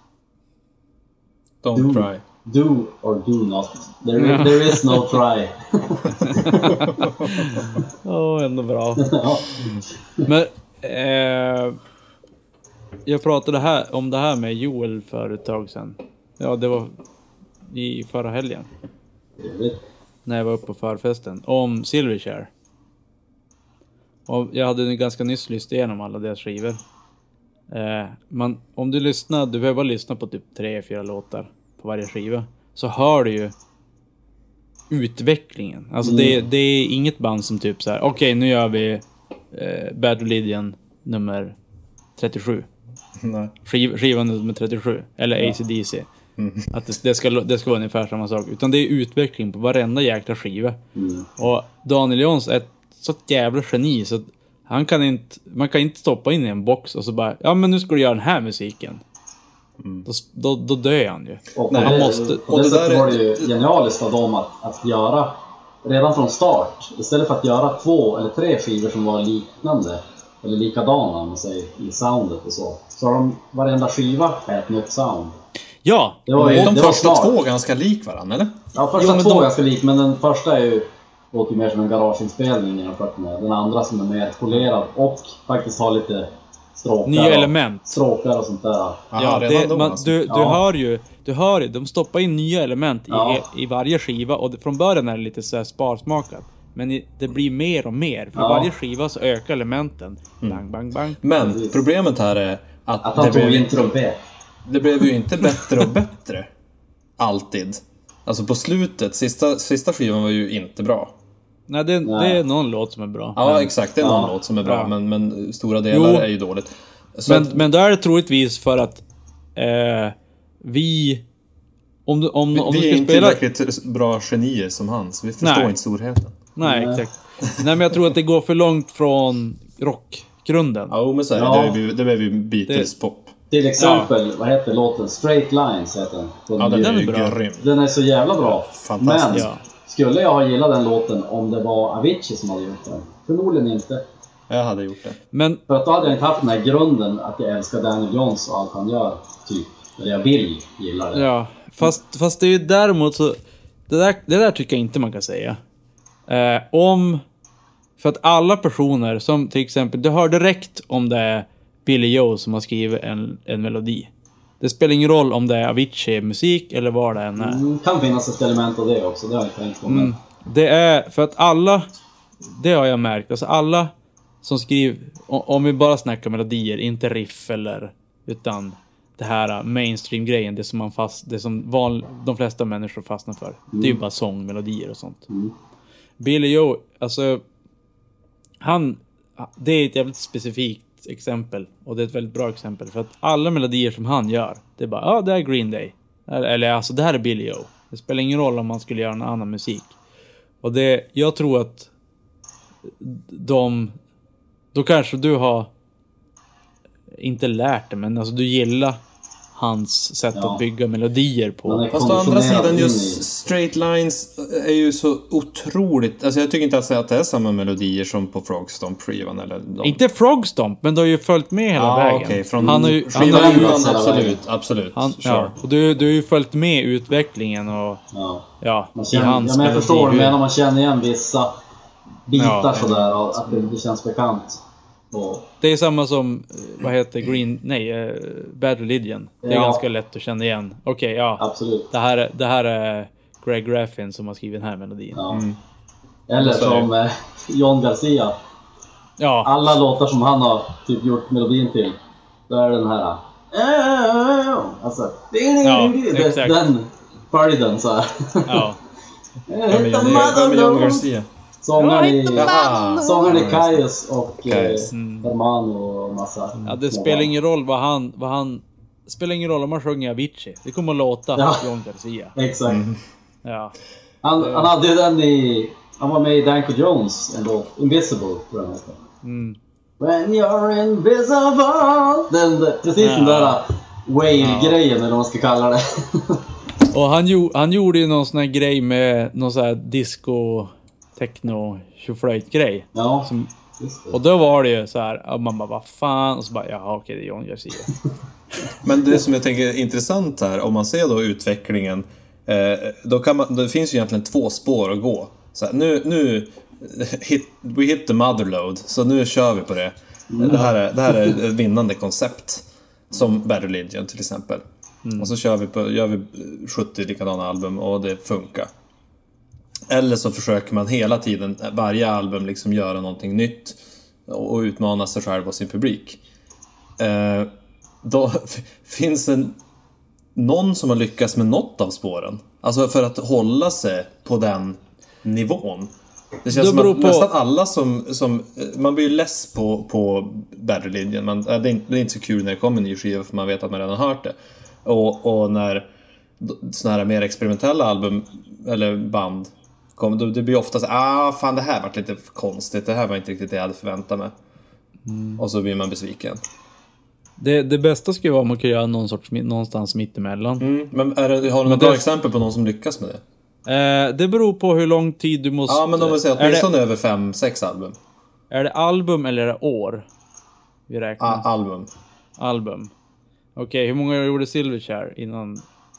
Speaker 3: Don't
Speaker 4: Do,
Speaker 3: try.
Speaker 4: do or do not. There, there is no try.
Speaker 2: Åh, ändå bra.
Speaker 4: Ja.
Speaker 2: Men eh, jag pratade här, om det här med Joel för ett tag sedan. Ja, det var i förra helgen.
Speaker 4: Trevligt.
Speaker 2: När jag var uppe på förfesten. Om Silverchair. Och jag hade nu ganska nyss lyssnat igenom alla deras skivor. Eh, man, om du lyssnar, du behöver bara lyssna på typ tre, fyra låtar på varje skiva. Så hör du ju utvecklingen. Alltså
Speaker 4: Mm.
Speaker 2: det, det är inget band som typ så här: okej, okay, nu gör vi eh, Bad Religion nummer trettiosju.
Speaker 3: Nej.
Speaker 2: Skiv, skivan nummer trettiosju. Eller A C D C. Att det, det, ska, det ska vara ungefär samma sak. Utan det är utveckling på varenda jäkla skiva.
Speaker 4: Mm.
Speaker 2: Och Daniel Johns är ett så jävla geni så att han kan inte, man kan inte stoppa in i en box och så bara, ja men nu ska du göra den här musiken. Då, då, då dör han ju.
Speaker 4: Och
Speaker 3: Nej,
Speaker 4: på
Speaker 2: han
Speaker 4: det,
Speaker 2: måste-
Speaker 4: på
Speaker 3: och
Speaker 4: det
Speaker 3: det
Speaker 4: sättet
Speaker 3: där är-
Speaker 4: var det ju genialiskt av dem att, att göra redan från start, istället för att göra två eller tre skivor som var liknande eller likadana om man säger, i soundet och så. Så har de varenda skiva ett nytt sound.
Speaker 2: Ja!
Speaker 4: Det var
Speaker 3: Men
Speaker 4: ju,
Speaker 3: är de
Speaker 4: det var
Speaker 3: första
Speaker 4: smart.
Speaker 3: två ganska lik varandra, eller?
Speaker 4: Ja, första
Speaker 2: Jo, men
Speaker 4: två
Speaker 2: de-
Speaker 4: är ganska lik, men den första är ju låter ju mer som en garageinspelning jämfört med den andra som är mer polerad och faktiskt har lite stråkar
Speaker 2: Nya
Speaker 4: och,
Speaker 2: element.
Speaker 4: stråkar och sånt där.
Speaker 3: Aha,
Speaker 2: Ja,
Speaker 3: redan
Speaker 2: det,
Speaker 3: då,
Speaker 2: man,
Speaker 3: alltså.
Speaker 2: du, du
Speaker 4: Ja.
Speaker 2: hör ju, du hör ju, de stoppar in nya element i,
Speaker 4: Ja.
Speaker 2: i varje skiva och det, från början är det lite så här sparsmakat. Men i, det blir mer och mer. För
Speaker 4: Ja.
Speaker 2: varje skiva så ökar elementen. Bang, bang, bang.
Speaker 3: Men
Speaker 4: Precis.
Speaker 3: problemet här är att,
Speaker 4: Att han
Speaker 3: det,
Speaker 4: tog
Speaker 3: blev,
Speaker 4: in trumpet.
Speaker 3: det blev ju inte bättre och bättre. Alltid. Alltså på slutet, sista, sista skivan var ju inte bra.
Speaker 2: Nej, det,
Speaker 4: Nej.
Speaker 2: det är någon låt som är bra.
Speaker 3: Ja,
Speaker 2: men,
Speaker 3: exakt. Det är någon
Speaker 4: Ja.
Speaker 3: låt som är bra,
Speaker 2: Ja.
Speaker 3: men, men stora delar
Speaker 2: Jo.
Speaker 3: är ju dåligt. Så
Speaker 2: men,
Speaker 3: att,
Speaker 2: men då är det troligtvis för att eh, vi... Om du, om,
Speaker 3: vi,
Speaker 2: om du
Speaker 3: vi är
Speaker 2: ska
Speaker 3: inte
Speaker 2: spela...
Speaker 3: tillräckligt bra genier som han, så vi förstår
Speaker 2: Nej.
Speaker 3: inte storheten.
Speaker 2: Nej,
Speaker 4: Nej.
Speaker 2: exakt. Nej, men jag tror att det går för långt från rockgrunden.
Speaker 3: Ja, men så är det.
Speaker 4: Ja.
Speaker 3: Det är ju- det är ju Beatles-pop.
Speaker 4: Till exempel, vad heter låten? Straight Lines heter den. Den,
Speaker 3: Ja, den,
Speaker 2: Den
Speaker 3: är
Speaker 2: är
Speaker 3: ju
Speaker 2: bra.
Speaker 3: grym.
Speaker 4: den är så jävla bra.
Speaker 3: Fantastisk.
Speaker 4: Men,
Speaker 2: Ja.
Speaker 4: skulle jag ha gillat den låten om det var Avicii som hade gjort den? Förmodligen inte.
Speaker 3: Jag hade gjort det.
Speaker 2: Men
Speaker 4: För att då hade jag inte haft den här grunden att jag älskar Daniel Johns och allt han gör, typ. Eller jag vill gilla det.
Speaker 2: ja, fast, fast det är ju däremot så... Det där, det där tycker jag inte man kan säga. Eh, om... För att alla personer som till exempel... Du hör direkt om det är Billy Joe som har skrivit en, en melodi. Det spelar ingen roll om det är Avicii-musik eller vad det än är.
Speaker 4: Mm, kan finnas ett element av det också, det har jag inte tänkt på. Men
Speaker 2: Mm. Det är för att alla... Det har jag märkt. Alltså alla som skriver... o- Om vi bara snackar melodier, inte riff eller... Utan det här mainstream-grejen. Det som, man fast, det som val, de flesta människor fastnar för. Det är ju bara sång, melodier och sånt.
Speaker 4: Mm.
Speaker 2: Billy Joe, alltså... han, det är ett jävligt specifikt exempel. Och det är ett väldigt bra exempel. För att alla melodier som han gör, det är bara, ja, ah, det är Green Day. Eller, eller alltså, det här är Billy O. Det spelar ingen roll om man skulle göra en annan musik. Och det, jag tror att de, då kanske du har inte lärt det, men alltså du gillar hans sätt
Speaker 4: Ja.
Speaker 2: att bygga melodier på.
Speaker 3: Fast å andra sidan,
Speaker 4: in
Speaker 3: just
Speaker 4: i-
Speaker 3: Straight Lines är ju så otroligt... Alltså jag tycker inte att att det är samma melodier som på Frogstomp-skivan eller... De...
Speaker 2: Inte Frogstomp, men du har ju följt med hela
Speaker 3: Ja,
Speaker 2: vägen.
Speaker 3: okej. Okay. Från
Speaker 2: han har ju, han
Speaker 3: skivan
Speaker 2: har ju,
Speaker 3: innan,
Speaker 4: hela
Speaker 3: absolut.
Speaker 4: vägen.
Speaker 3: Absolut.
Speaker 2: han,
Speaker 3: Sure.
Speaker 2: ja, och du, du har ju följt med utvecklingen och
Speaker 4: Ja.
Speaker 2: ja,
Speaker 4: Man
Speaker 2: i
Speaker 4: känner,
Speaker 2: hans
Speaker 4: ja, men jag förstår,
Speaker 2: melodi.
Speaker 4: men man känner igen vissa bitar
Speaker 2: Ja.
Speaker 4: sådär, och att det inte känns bekant. Och,
Speaker 2: Det är samma som, eh, vad heter Green, nej, uh, Bad Religion. Det är
Speaker 4: Ja.
Speaker 2: ganska lätt att känna igen. Okej, okay, ja.
Speaker 4: absolut.
Speaker 2: Det här, är, det här är Greg Graffin som har skrivit den här melodin.
Speaker 4: Ja.
Speaker 3: Mm.
Speaker 4: Eller
Speaker 3: Så är det.
Speaker 4: som eh, John Garcia.
Speaker 2: Ja,
Speaker 4: Alla låtar som han har typ gjort melodin till, då är den här. Alltså,
Speaker 2: Ja,
Speaker 4: det,
Speaker 2: exakt.
Speaker 4: den följer den så här.
Speaker 2: ja.
Speaker 3: Ja, men John, vem är John Garcia?
Speaker 4: Sångaren i,
Speaker 3: Jaha.
Speaker 4: sångaren i Kaius och
Speaker 3: Kaius.
Speaker 4: eh, Hermano och massa.
Speaker 2: Ja, det spelar ingen roll vad han, vad han det spelar ingen roll om man sjunger Avicii. Det kommer att låta
Speaker 4: Ja.
Speaker 2: John Garcia.
Speaker 4: Exakt.
Speaker 3: Mm.
Speaker 2: Ja.
Speaker 4: Han, han hade ju den i, han var med i Danko Jones, en låt, Invisible, tror jag den heter.
Speaker 2: Mm.
Speaker 4: When you're invisible. Den, precis den
Speaker 2: Ja.
Speaker 4: där wave-grejen, eller vad man ska kalla det.
Speaker 2: Och han, jo, han gjorde ju någon sån här grej med någon sån här disco, techno, tjoflöjt grej.
Speaker 4: Ja,
Speaker 2: Som,
Speaker 4: just det.
Speaker 2: och då var det ju så här, ja, man bara, vad fan? Och så bara, jaha, okej, det är John Garcia.
Speaker 3: Men det som jag tänker är intressant här, om man ser då utvecklingen, eh, då kan man, det finns ju egentligen två spår att gå. Så här, nu, nu hit, we hit the motherload, så nu kör vi på det.
Speaker 2: Mm.
Speaker 3: Det, här är, det här är ett vinnande koncept. Som Bad Religion till exempel.
Speaker 2: Mm.
Speaker 3: Och så kör vi, på, gör vi sjuttio likadana album och det funkar. Eller så försöker man hela tiden, varje album, liksom göra någonting nytt och utmana sig själv och sin publik. Eh, då finns det någon som har lyckats med något av spåren. Alltså för att hålla sig på den nivån. Det känns
Speaker 2: Det
Speaker 3: som
Speaker 2: beror
Speaker 3: att
Speaker 2: på-
Speaker 3: nästan alla som, som... Man blir ju less på, på Bad Religion. Man, det, är inte, det är inte så kul när det kommer en ny skiva, för man vet att man redan har hört det. Och, och när såna här mer experimentella album eller band kommer, då det blir ofta så ah fan, det här var lite konstigt. Det här var inte riktigt det jag hade förväntat mig.
Speaker 2: Mm. Och
Speaker 3: Och så blir man besviken.
Speaker 2: Det, det bästa skulle vara om man kan göra någon sorts, någonstans mittemellan.
Speaker 3: Mm, men är det, har du
Speaker 2: Men
Speaker 3: några
Speaker 2: det-
Speaker 3: bra exempel på någon som lyckas med det?
Speaker 2: Eh, det beror på hur lång tid du måste...
Speaker 3: Ja, men om vi säger att
Speaker 2: är,
Speaker 3: åtminstone
Speaker 2: det,
Speaker 3: över fem, sex album.
Speaker 2: är det album eller är det år? Vi räknar.
Speaker 3: Ah, album.
Speaker 2: Album. Okej, hur många gjorde Silverchair innan?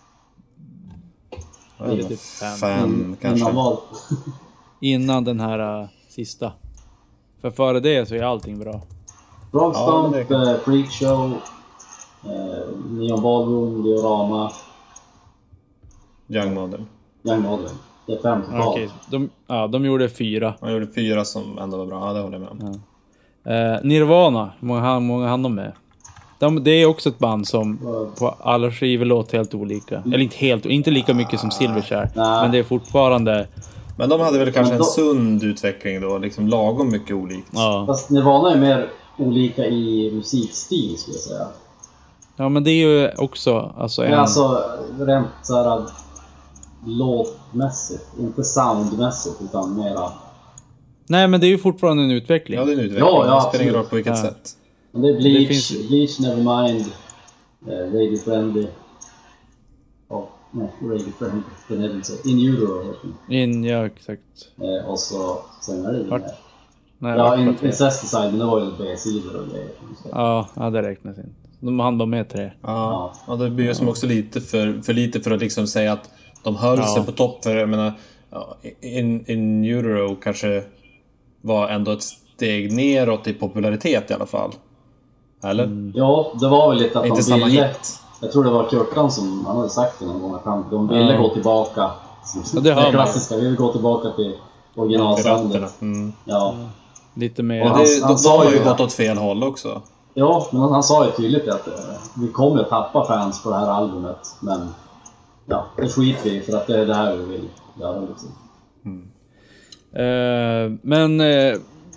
Speaker 3: Jag vet
Speaker 2: Det är
Speaker 3: inte,
Speaker 2: typ fem.
Speaker 3: fem kanske.
Speaker 4: Innan val.
Speaker 2: Innan den här uh, sista. För före det så är allting bra.
Speaker 4: Rockstomp,
Speaker 3: Ja, men det
Speaker 4: eh, Freakshow, eh, Neon Ballroom, Diorama,
Speaker 3: Young Modern.
Speaker 4: Young Modern. Det är fem
Speaker 2: Ja,
Speaker 4: totalt.
Speaker 2: Okej, de, ja, de gjorde fyra.
Speaker 3: Han gjorde fyra som ändå var bra. Ja, det håller jag med om.
Speaker 2: Eh, Nirvana, hur många, hur många hann de med? De, det är också ett band som på alla skivor låter helt olika. Eller inte helt, inte lika mycket som Silverchair.
Speaker 4: Nej.
Speaker 2: Men det är fortfarande...
Speaker 3: Men de hade väl kanske
Speaker 4: Men
Speaker 3: en
Speaker 4: då-
Speaker 3: sund utveckling då, liksom lagom mycket olikt.
Speaker 2: Ja.
Speaker 4: Fast Nirvana är mer olika i musikstil, skulle jag säga.
Speaker 2: ja, men det är ju också... Alltså, en,
Speaker 4: Men alltså rent såhär låtmässigt, inte soundmässigt, utan mera...
Speaker 2: nej, men det är ju fortfarande en utveckling.
Speaker 3: Ja, det är en utveckling.
Speaker 4: Ja, ja,
Speaker 3: det spelar ingen roll
Speaker 4: absolut.
Speaker 3: på vilket
Speaker 2: Ja.
Speaker 3: sätt.
Speaker 4: Men det är Bleach,
Speaker 2: Det finns-
Speaker 4: Bleach, Nevermind, eh, Radio Friendly. Och, nej, Radio Friendly, den heter inte så. In Utero heter den.
Speaker 2: In, ja, exakt.
Speaker 4: Eh, och så, sen är det ju
Speaker 2: Vart-
Speaker 4: mer.
Speaker 2: Nej,
Speaker 4: Ja,
Speaker 2: vart
Speaker 4: in,
Speaker 2: var tre.
Speaker 4: Incesticide, men det var ju B-sidor och grejer. Så.
Speaker 2: Ja, ja, det räknas inte. De hann bara med tre.
Speaker 3: Ja, ja det blir ju som också lite för, för lite för att liksom säga att de höll
Speaker 2: Ja.
Speaker 3: sig på topp. För jag menar, ja, in, in Utero kanske var ändå ett steg neråt i popularitet i alla fall. Eller?
Speaker 4: Ja, det var väl lite att
Speaker 3: Inte
Speaker 4: de
Speaker 3: samma
Speaker 4: ville...
Speaker 3: hit.
Speaker 4: Jag tror det var Kurtan som, han hade sagt det någon gång, att han, de ville
Speaker 2: Ja.
Speaker 4: gå tillbaka.
Speaker 2: Ja, det hör
Speaker 4: det
Speaker 2: man.
Speaker 4: klassiska, vi vill gå tillbaka till
Speaker 3: Till rötterna.
Speaker 4: originalsoundet.
Speaker 3: Mm.
Speaker 4: Ja.
Speaker 2: Lite mer...
Speaker 3: Och
Speaker 4: han-
Speaker 3: det,
Speaker 4: han
Speaker 3: de,
Speaker 4: sa
Speaker 3: de har
Speaker 4: ju
Speaker 3: ju
Speaker 4: det.
Speaker 3: gått åt fel håll också.
Speaker 4: Ja, men han, han sa ju tydligt att eh, vi kommer att tappa fans på det här albumet, men ja, det skiter vi i, för att det är det här vi vill göra liksom.
Speaker 2: Eh, men eh,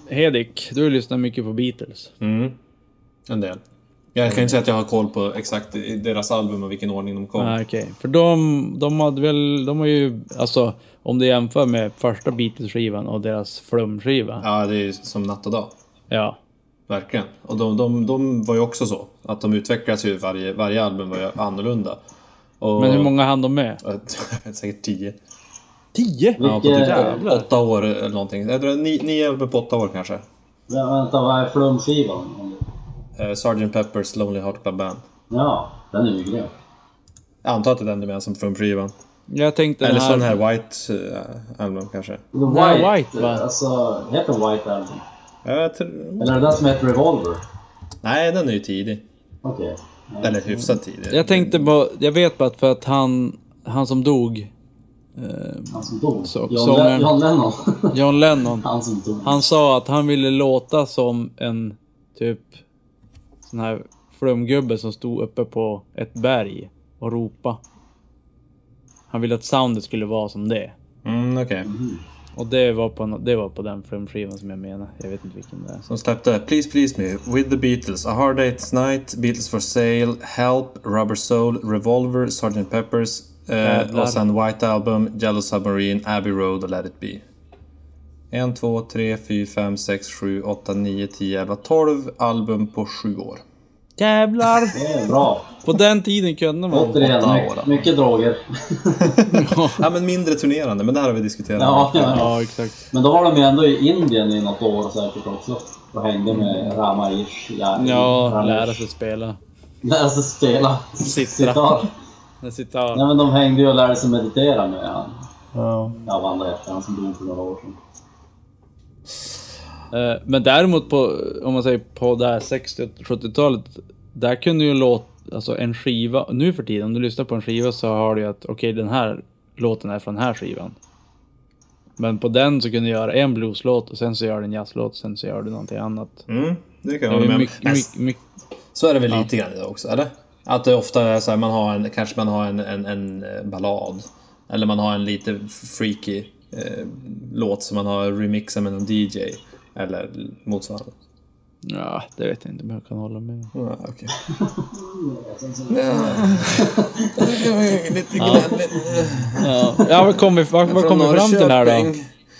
Speaker 2: Hedik, du lyssnar mycket på Beatles.
Speaker 3: Mm. En del. Jag kan inte säga att jag har koll på exakt deras album och vilken ordning de kom.
Speaker 2: Ah, okej. Okay. För de, de hade väl, de har ju, alltså om du jämför med första Beatles-skivan och deras flumskiva.
Speaker 3: Ja, det är ju som natt och dag.
Speaker 2: Ja.
Speaker 3: Verkligen. Och de, de, de var ju också så. Att de utvecklas ju, varje, varje album var ju annorlunda. Och,
Speaker 2: men hur många hann de med?
Speaker 3: Säkert tio.
Speaker 2: Tio?
Speaker 3: Ja, på typ åtta år eller någonting. Jag tror nio, nio album på åtta år kanske.
Speaker 4: Men vänta, vad är flumskivan?
Speaker 3: Uh, sergeant Pepper's Lonely Hearts Club Band.
Speaker 4: Ja, den är ju grym.
Speaker 3: Jag antar att det är den du menar som flumskivan.
Speaker 2: Jag tänkte
Speaker 3: eller
Speaker 2: den här...
Speaker 3: sån här White uh, album kanske.
Speaker 4: The White,
Speaker 2: Nej, White va?
Speaker 4: Alltså, heter White album?
Speaker 3: Jag tror...
Speaker 4: Eller är det den som heter Revolver?
Speaker 3: Nej, den är ju tidig.
Speaker 4: Okej. Okay.
Speaker 3: Eller hyfsat tidig.
Speaker 2: Jag tänkte bara, jag vet bara att för att han, han som dog...
Speaker 4: Eh, han som dog?
Speaker 2: Så,
Speaker 4: John,
Speaker 2: sången,
Speaker 4: John Lennon.
Speaker 2: John Lennon.
Speaker 4: Han som dog.
Speaker 2: Han sa att han ville låta som en typ sån här flumgubbe som stod uppe på ett berg och ropa. Han ville att soundet skulle vara som det.
Speaker 3: Mm, okej. Okay.
Speaker 4: Mm.
Speaker 2: Och det var på det var på den flumskivan som jag menar. Jag vet inte vilken det är.
Speaker 3: Som släppte Please Please Me, With the Beatles, A Hard Day's Night, Beatles for Sale, Help, Rubber Soul, Revolver, sergeant Pepper's, eh, och sen White Album, Yellow Submarine, Abbey Road och Let It Be. ett, två, tre, fyra, fem, sex, sju, åtta, nio, tio, elva, tolv album på sju år.
Speaker 2: Jävlar!
Speaker 4: Det är bra.
Speaker 2: På den tiden kunde man
Speaker 4: återigen,
Speaker 3: åtta
Speaker 4: mycket,
Speaker 3: år.
Speaker 4: Mycket droger.
Speaker 3: Ja, men mindre turnerande, men det här har vi diskuterat.
Speaker 4: Ja, ja.
Speaker 2: Ja, exakt.
Speaker 4: Men då var de ju ändå i Indien i något år säkert också. Och hängde med Rama Ish. Ja,
Speaker 2: ja lära sig spela.
Speaker 4: Lära sig spela.
Speaker 2: Sitta. Sitta.
Speaker 4: Nej, men de hängde ju och lärde sig meditera med han.
Speaker 2: Ja.
Speaker 4: Ja, vad andra heter han som dog för några år sedan.
Speaker 2: Men däremot på, om man säger på det här sextio-sjuttiotalet, där kunde ju låta, alltså en skiva, nu för tiden om du lyssnar på en skiva så har du ju att okej okay, den här låten är från den här skivan. Men på den så kunde du göra en blueslåt och sen så gör du en jazzlåt och sen så gör du någonting annat.
Speaker 3: Mm, det kan jag hålla med.
Speaker 2: Mycket, mycket, mycket.
Speaker 3: Så är det väl lite ja. grann idag också, eller? Att det ofta är så här, man har en, kanske man har en, en, en ballad. Eller man har en lite freaky eh, låt som man har remixat med någon D J. Eller motsvarande.
Speaker 2: Ja, det vet jag inte om jag kan hålla med.
Speaker 3: Ja, okej. Lite gnälligt.
Speaker 2: Ja, ja vad kom vi, vad, vad kom vi fram till här då?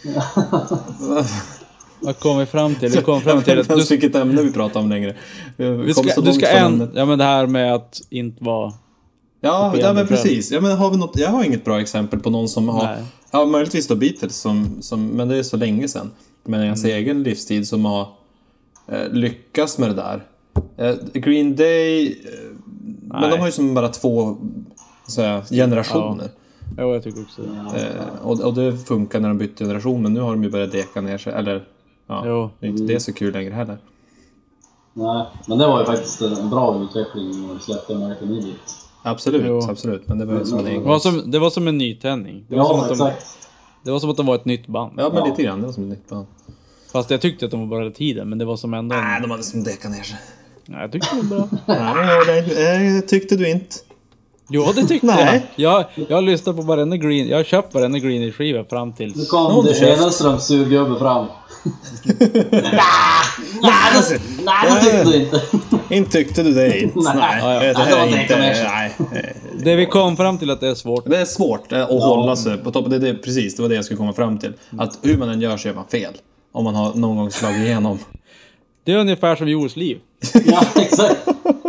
Speaker 2: Vad kom vi fram till? Vi kom fram till att
Speaker 3: du vilket ämne vi pratar om längre. Vi,
Speaker 2: vi ska, du ska en, ja men det här med att inte vara.
Speaker 3: Ja, ja men precis. Ja, men har vi något, jag har inget bra exempel på någon som har. Nej. Ja, möjligtvis då Beatles som, som men det är så länge sedan. Men i hans mm. egen livstid som har eh, lyckats med det där. Eh, Green Day eh, men de har ju som bara två så här, generationer.
Speaker 2: Ja. Jo, jag tycker också det.
Speaker 3: Eh, och, och det funkar när de bytte generation, men nu har de ju börjat deka ner sig. Eller, ja, jo. Det är inte det så kul längre heller.
Speaker 4: Nej, men det var ju faktiskt en bra utveckling när de släppte American Idiot.
Speaker 3: Absolut, jo. absolut. Men det var ju som en
Speaker 2: det var som, det var som en nytändning. Det var,
Speaker 4: ja,
Speaker 2: som att de, det var som att de var ett nytt band.
Speaker 3: Ja, men
Speaker 4: ja.
Speaker 3: lite grann. Det var som ett nytt band.
Speaker 2: Fast jag tyckte att de var bara tiden, men det var som ändå...
Speaker 3: Nej, en... de hade som dekat ner sig.
Speaker 2: Nej, jag tyckte det var bra.
Speaker 3: Nej, det tyckte du inte.
Speaker 2: Jo, det tyckte
Speaker 3: Nej.
Speaker 2: jag. jag. Jag har lyssnat på varenda Green... Jag har köpt varenda Green-skiva fram till...
Speaker 4: Nu kom det Henenströms surgubbe fram. Nej, det tyckte du inte.
Speaker 3: Inte tyckte du det inte.
Speaker 4: Nej,
Speaker 3: nej,
Speaker 4: det,
Speaker 3: det,
Speaker 4: var
Speaker 3: inte,
Speaker 4: nej.
Speaker 2: Det vi kom fram till att det är svårt.
Speaker 3: Det är svårt att ja. hålla sig på toppen. Det, det, precis, det var det jag skulle komma fram till. Att hur man än gör så gör man fel. Om man har någon gång slagit igenom.
Speaker 2: Det är ungefär som Joels liv.
Speaker 4: Ja, exakt.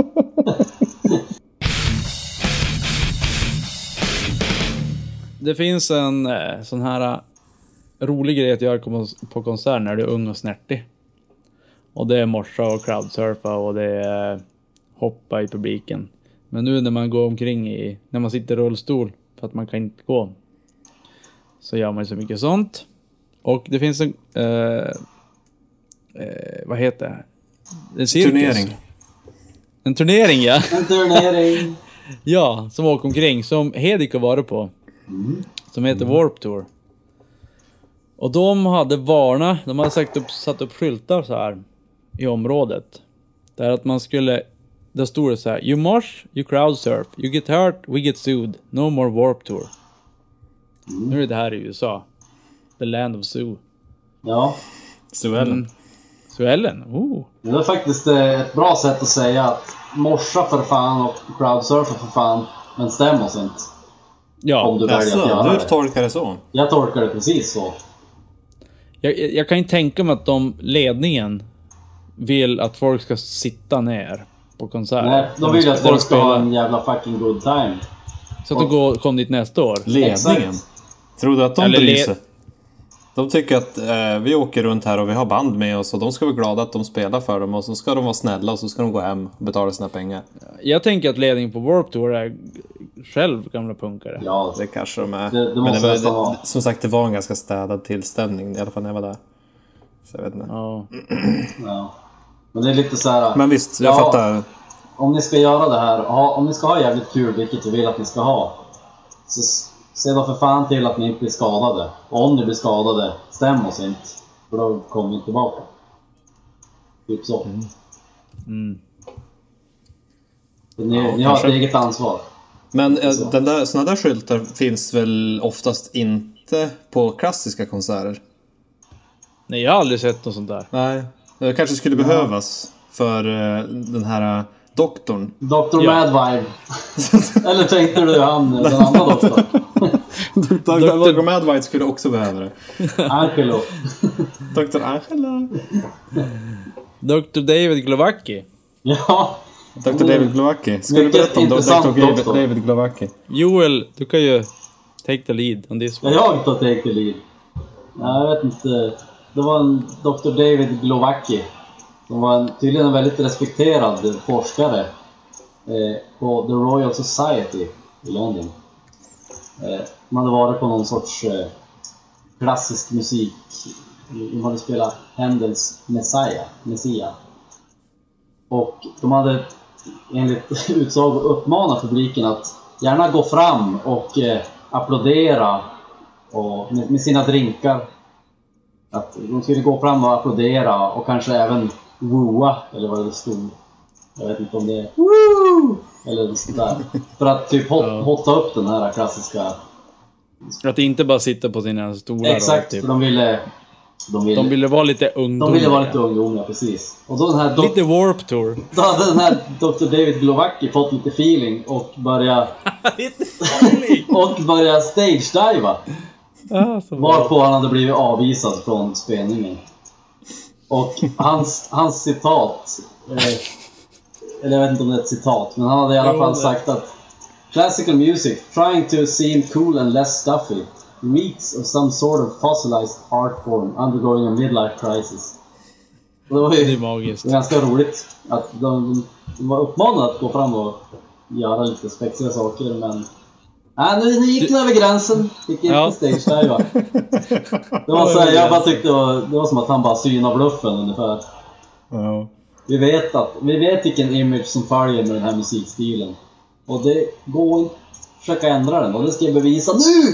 Speaker 2: Det finns en eh, sån här uh, rolig grej att göra på konsert när du är ung och snärtig. Och det är morsa och crowdsurfa och det är uh, hoppa i publiken. Men nu när man går omkring i, när man sitter i rullstol för att man kan inte gå, så gör man så mycket sånt. Och det finns en uh, uh, vad heter det? En cirkus.
Speaker 3: Turnering.
Speaker 2: En turnering, ja.
Speaker 4: En turnering.
Speaker 2: Ja, som åker omkring, som Hedik har varit på. Mm. Som heter mm. Warp Tour. Och de hade varna, de hade sagt upp, satt upp skyltar så här i området. Där att man skulle, där stod det så här: You mosh, you crowd surf, you get hurt, we get sued, no more Warp Tour. Mm. Nu är det här i U S A. The land of Sue.
Speaker 4: Ja.
Speaker 3: Sue Ellen. Mm.
Speaker 2: Svällen? Oh.
Speaker 4: Det är faktiskt ett bra sätt att säga att morsa för fan och crowdsurfa för fan, men stäm oss inte.
Speaker 2: Ja,
Speaker 4: om du väljer
Speaker 3: alltså,
Speaker 4: att göra
Speaker 3: du
Speaker 4: det.
Speaker 3: tolkar det så.
Speaker 4: Jag tolkar det precis så.
Speaker 2: Jag, jag kan inte tänka mig att de ledningen vill att folk ska sitta ner på konserter.
Speaker 4: Nej, de vill att
Speaker 2: Där
Speaker 4: folk ska ha
Speaker 2: spelar.
Speaker 4: en jävla fucking good time.
Speaker 2: Så att de går, kom dit nästa år.
Speaker 3: Ledningen.
Speaker 4: Exakt.
Speaker 3: Tror du att de
Speaker 2: Eller
Speaker 3: bryr
Speaker 2: le-
Speaker 3: sig? De tycker att eh, vi åker runt här och vi har band med oss och de ska vara glada att de spelar för dem och så ska de vara snälla och så ska de gå hem och betala sina pengar.
Speaker 2: Jag tänker att ledningen på Warped Tour är själv gamla punkare.
Speaker 4: Ja,
Speaker 3: Det kanske de är.
Speaker 4: Det- det
Speaker 3: Men
Speaker 4: måste
Speaker 3: det var,
Speaker 4: nästan vara.
Speaker 3: det, som sagt, det var en ganska städad tillställning, i alla fall när jag var där. Så jag vet inte.
Speaker 2: Ja.
Speaker 4: ja. Men det är lite så här.
Speaker 3: Men visst, jag
Speaker 4: Ja.
Speaker 3: fattar.
Speaker 4: Om ni ska göra det här, ha, om ni ska ha jävligt kul, vilket vi vill att ni ska ha, så s- se då för fan till att ni inte blir skadade. Och om ni blir skadade, stäm oss inte, för då kommer vi inte tillbaka. Typ så.
Speaker 2: Mm.
Speaker 4: Så ni,
Speaker 3: Ja,
Speaker 4: ni har
Speaker 3: kanske.
Speaker 4: ett eget ansvar.
Speaker 3: Men eh,
Speaker 4: Så.
Speaker 3: den där, såna där skyltar finns väl oftast inte på klassiska konserter?
Speaker 2: Nej, jag har aldrig sett något sånt där.
Speaker 3: Nej. Det kanske skulle behövas för eh, den här eh, doktorn.
Speaker 4: doktor
Speaker 2: Ja.
Speaker 4: Mad Vibe. Eller tänkte du han, den andra doktorn?
Speaker 3: doktor Madwhite skulle också behöva det.
Speaker 4: Angelo.
Speaker 3: doktor Angela.
Speaker 2: doktor David Glovacki.
Speaker 4: Ja.
Speaker 3: doktor David Glovacki. Ska du
Speaker 4: Mycket
Speaker 3: berätta om
Speaker 4: intressant
Speaker 3: doktor David,
Speaker 4: doktor.
Speaker 3: David Glovacki?
Speaker 2: Joel, du kan ju take the lead on this
Speaker 4: Ja,
Speaker 2: one.
Speaker 4: jag tar take the lead. Ja, jag vet inte. Det var en doktor David Glovacki. Som var en, tydligen en väldigt respekterad forskare eh, på The Royal Society i London. Eh, man hade varit på någon sorts eh, klassisk musik. De hade spelat Händels Messiah, Messiah. Och de hade enligt utsago uppmanat publiken att gärna gå fram och eh, applådera och med, med sina drinkar. Att de skulle gå fram och applådera och kanske även wooa, eller vad det stod. Jag vet inte om det är woo eller sånt där. För att typ hot,
Speaker 2: Ja.
Speaker 4: hotta upp den här klassiska.
Speaker 2: Att inte bara sitta på sina stolar.
Speaker 4: Exakt,
Speaker 2: och typ.
Speaker 4: för de ville de ville,
Speaker 2: De ville vara lite ungdomar.
Speaker 4: de ville vara lite ungdomliga, precis. Och då den här dok-
Speaker 2: Lite Warped Tour.
Speaker 4: då hade den här doktor David Glovacki fått lite feeling och börja
Speaker 2: Lite feeling.
Speaker 4: och börja stage-diva.
Speaker 2: Ah, så bra.
Speaker 4: Varpå han hade blivit avvisad från spelningen. Och hans, hans citat, eh, eller jag vet inte om det är ett citat, men han hade i alla
Speaker 2: Jo,
Speaker 4: fall
Speaker 2: det-
Speaker 4: sagt att classical music, trying to seem cool and less stuffy, reeks of some sort of fossilized art form undergoing a midlife crisis. Och det var ju
Speaker 2: Det är magiskt.
Speaker 4: det är ganska roligt att de, de var uppmanade att gå fram och göra lite spexiga saker, men nej, nu, nu gick den över gränsen. Fick inte
Speaker 2: Ja.
Speaker 4: stage diva. Det var så här, jag bara tyckte det var, det var som att han bara synade bluffen ungefär.
Speaker 3: Ja.
Speaker 4: Vi vet att vi vet vilken image som följer med den här musikstilen. Och det går inte att försöka ändra den, och det ska jag bevisa nu!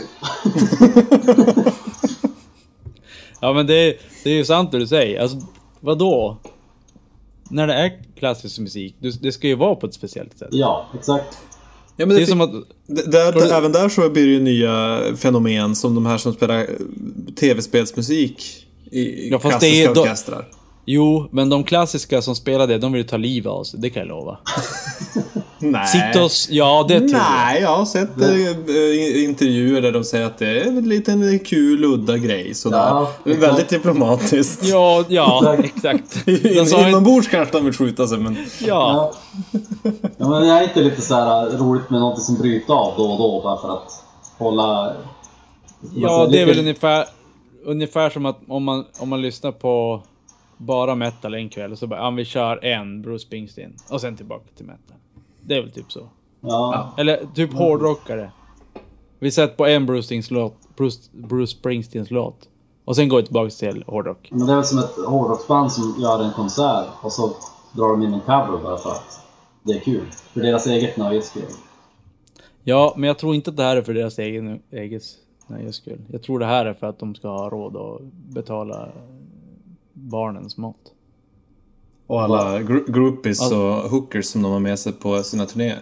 Speaker 2: Ja, men det, det är ju sant det du säger. Alltså, vadå? När det är klassisk musik, du- det ska ju vara på ett speciellt sätt.
Speaker 4: Ja, exakt.
Speaker 3: Ja, men
Speaker 2: Det
Speaker 3: det
Speaker 2: är som att...
Speaker 3: det, där,
Speaker 2: Tror du-
Speaker 3: även där så blir det ju nya fenomen som de här som spelar eh, tv-spelsmusik i i
Speaker 2: Ja, fast det
Speaker 3: klassiska
Speaker 2: är då-
Speaker 3: orkestrar.
Speaker 2: Jo, men de klassiska som spelar det, de vill ta livet av sig, det kan jag lova.
Speaker 3: Nej.
Speaker 2: Sitta och... s- Ja, det tror jag.
Speaker 3: Nej, jag har sett äh, intervjuer där de säger att det är en liten kul, udda grej. Sådär.
Speaker 4: Ja,
Speaker 3: det är väldigt diplomatiskt.
Speaker 2: Ja, ja,
Speaker 4: Exakt.
Speaker 2: exakt. De
Speaker 3: In,
Speaker 2: sa ju-
Speaker 3: inombords kanske de vill skjuta sig, men...
Speaker 2: Ja,
Speaker 4: Ja. Ja, men det är inte lite så här roligt med något som bryter av då och då bara för att hålla...
Speaker 2: ja, det är
Speaker 4: lite-
Speaker 2: väl ungefär, ungefär som att om man, om man lyssnar på bara metal en kväll, så bara, ja, vi kör en Bruce Springsteen och sen tillbaka till metal. Det är väl typ så.
Speaker 4: Ja.
Speaker 2: Eller typ hårdrockare. Vi sätter på en Bruce Springsteens låt, Bruce, Bruce Springsteens låt. Och sen går vi tillbaka till hårdrock.
Speaker 4: Men det är väl som ett hårdrocksband som gör en konsert och så drar de in en cover bara för att det är kul. För deras eget nöjes skull.
Speaker 2: Ja, men jag tror inte att det här är för deras egen, eget nöjes skull. Jag tror det här är för att de ska ha råd att betala barnens mat.
Speaker 3: Och alla gr- groupies
Speaker 2: Alltså-
Speaker 3: och hookers som de har med sig på sina turnéer.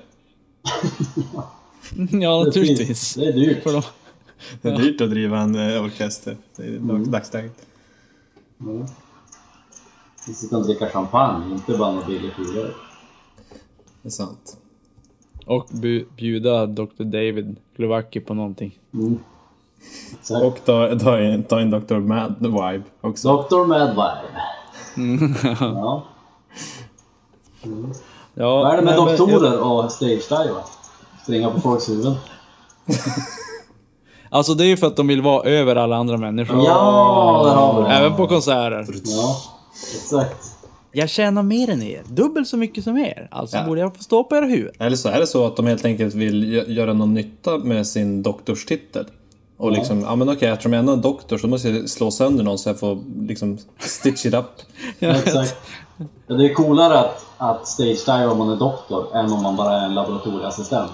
Speaker 2: Ja, naturligtvis.
Speaker 4: Det är dyrt.
Speaker 2: För de...
Speaker 3: Det är dyrt att driva en eh, orkester i dag- dagsläget.
Speaker 4: Mm. Vi sitter och dricka champagne, inte bara några billiga kulor.
Speaker 3: Det är sant.
Speaker 2: Och bu- bjuda doktor David Glowacki på någonting.
Speaker 4: Mm.
Speaker 3: Och ta, ta, in, ta in doktor Mad Vibe också.
Speaker 4: doktor Mad Vibe. Mm. Ja. Mm.
Speaker 2: Ja,
Speaker 4: Vad är det med
Speaker 2: nej, men-
Speaker 4: doktorer och stage dive? Springa på folks huvuden.
Speaker 2: Alltså det är ju för att de vill vara över alla andra människor.
Speaker 4: Ja, där har vi det.
Speaker 2: Även på konserter.
Speaker 4: Ja, exakt.
Speaker 2: Jag tjänar mer än er. Dubbelt så mycket som er. Alltså
Speaker 3: Ja.
Speaker 2: borde jag få stå på era huvud.
Speaker 3: Eller så är det så att de helt enkelt vill gö- göra någon nytta med sin doktorstitel. Och liksom, ja men okej, eftersom jag ändå är en doktor så måste jag slå sönder någon så jag får liksom stitch it up.
Speaker 4: Ja, exakt. Ja, det är coolare att, att stage dive om man är doktor än om man bara är en laboratorieassistent.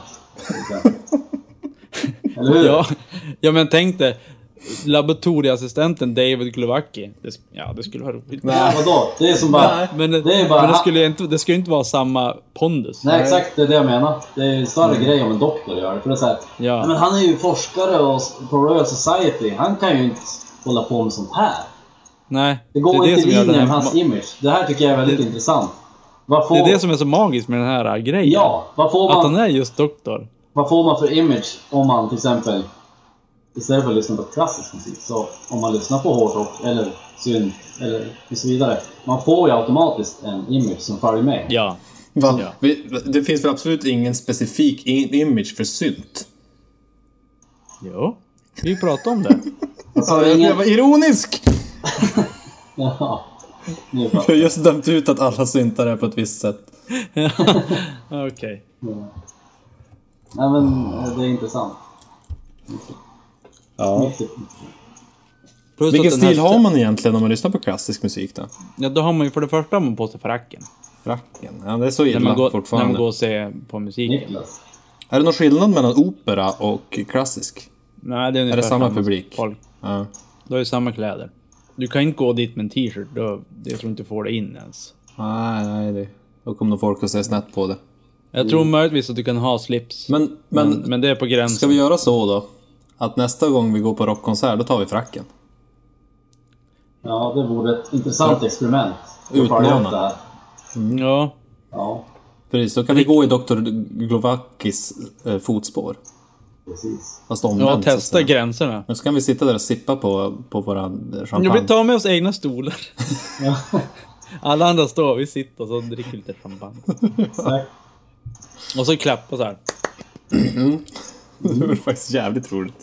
Speaker 4: Eller hur?
Speaker 2: Ja, ja men tänk dig. Laboratorieassistenten David Glowacki. Det, sk- ja, det skulle vara roligt.
Speaker 4: Ja, vadå? Det är som bara...
Speaker 3: Nej.
Speaker 2: Men, det,
Speaker 4: Det är bara-
Speaker 2: men det skulle ju inte, det skulle inte vara samma pondus.
Speaker 4: Nej, exakt, det är det jag menar. Det är en större grej om en doktor gör det. För det är så här,
Speaker 2: Ja.
Speaker 4: ja, men han är ju forskare och på Royal Society. Han kan ju inte hålla på med sånt här.
Speaker 2: Nej,
Speaker 4: Det går
Speaker 2: är
Speaker 4: inte i
Speaker 2: gör
Speaker 4: linje
Speaker 2: den
Speaker 4: med
Speaker 2: här,
Speaker 4: hans image. Det här tycker jag är väldigt
Speaker 2: Det-
Speaker 4: intressant. Vad får,
Speaker 2: det är det som är så magiskt med den här grejen.
Speaker 4: Ja, vad får,
Speaker 2: Att han
Speaker 4: man,
Speaker 2: är just doktor.
Speaker 4: vad får man för image om man till exempel istället för att lyssna på klassisk musik, så om man lyssnar på hårdrock eller synt eller och så vidare, man får ju automatiskt en image som följer med.
Speaker 2: Ja.
Speaker 3: Va?
Speaker 2: Ja.
Speaker 3: Vi, det finns väl absolut ingen specifik in- image för synt?
Speaker 2: Jo, vi pratar om det.
Speaker 4: Alltså,
Speaker 3: Ja, jag,
Speaker 4: ingen...
Speaker 3: jag var ironisk!
Speaker 4: Ja, nu
Speaker 3: Jag
Speaker 4: pratar
Speaker 3: har just dömt ut att alla syntar är på ett visst sätt.
Speaker 2: Okej.
Speaker 4: Ja. Nej men eh, det är intressant.
Speaker 3: Ja.
Speaker 2: Plus
Speaker 3: Vilken
Speaker 2: att den här
Speaker 3: stil har man egentligen om man lyssnar på klassisk musik då?
Speaker 2: Ja, då har man ju för det första har man på sig fracken.
Speaker 3: Fracken? Ja, det är så
Speaker 2: När
Speaker 3: illa
Speaker 2: man, går, när
Speaker 3: fortfarande.
Speaker 2: man går och ser på musiken.
Speaker 4: Niklas.
Speaker 3: Är det någon skillnad mellan opera och klassisk?
Speaker 2: Nej, det är,
Speaker 3: Är det
Speaker 2: ungefär
Speaker 3: samma publik?
Speaker 2: Folk.
Speaker 3: Ja.
Speaker 2: Du har ju samma kläder. Du kan inte gå dit med en t-shirt. Då, jag tror inte du får det in ens.
Speaker 3: Nej, nej, det... Då kommer nog folk att se snett på det.
Speaker 2: Jag tror möjligtvis att du kan ha slips.
Speaker 3: Men, men,
Speaker 2: men, men det är på gränsen.
Speaker 3: ska vi göra så då? Att nästa gång vi går på rockkonsert, då tar vi fracken.
Speaker 4: Ja, det vore ett intressant experiment. att
Speaker 3: Utmana.
Speaker 4: följa upp det här.
Speaker 2: Ja.
Speaker 4: Ja,
Speaker 3: Precis, då kan vi gå i doktor Glovackis eh, fotspår.
Speaker 4: precis.
Speaker 3: Fast omvänt.
Speaker 2: Ja,
Speaker 3: så att
Speaker 2: testa
Speaker 3: säga.
Speaker 2: gränserna.
Speaker 3: Men så kan vi sitta där och sippa på, på våran
Speaker 2: Ja,
Speaker 3: champagne.
Speaker 2: vi tar med oss egna stolar.
Speaker 4: Ja,
Speaker 2: Alla andra står, vi sitter och så dricker lite champagne.
Speaker 4: exakt.
Speaker 2: Och så klappa så här.
Speaker 3: Det var faktiskt jävligt roligt.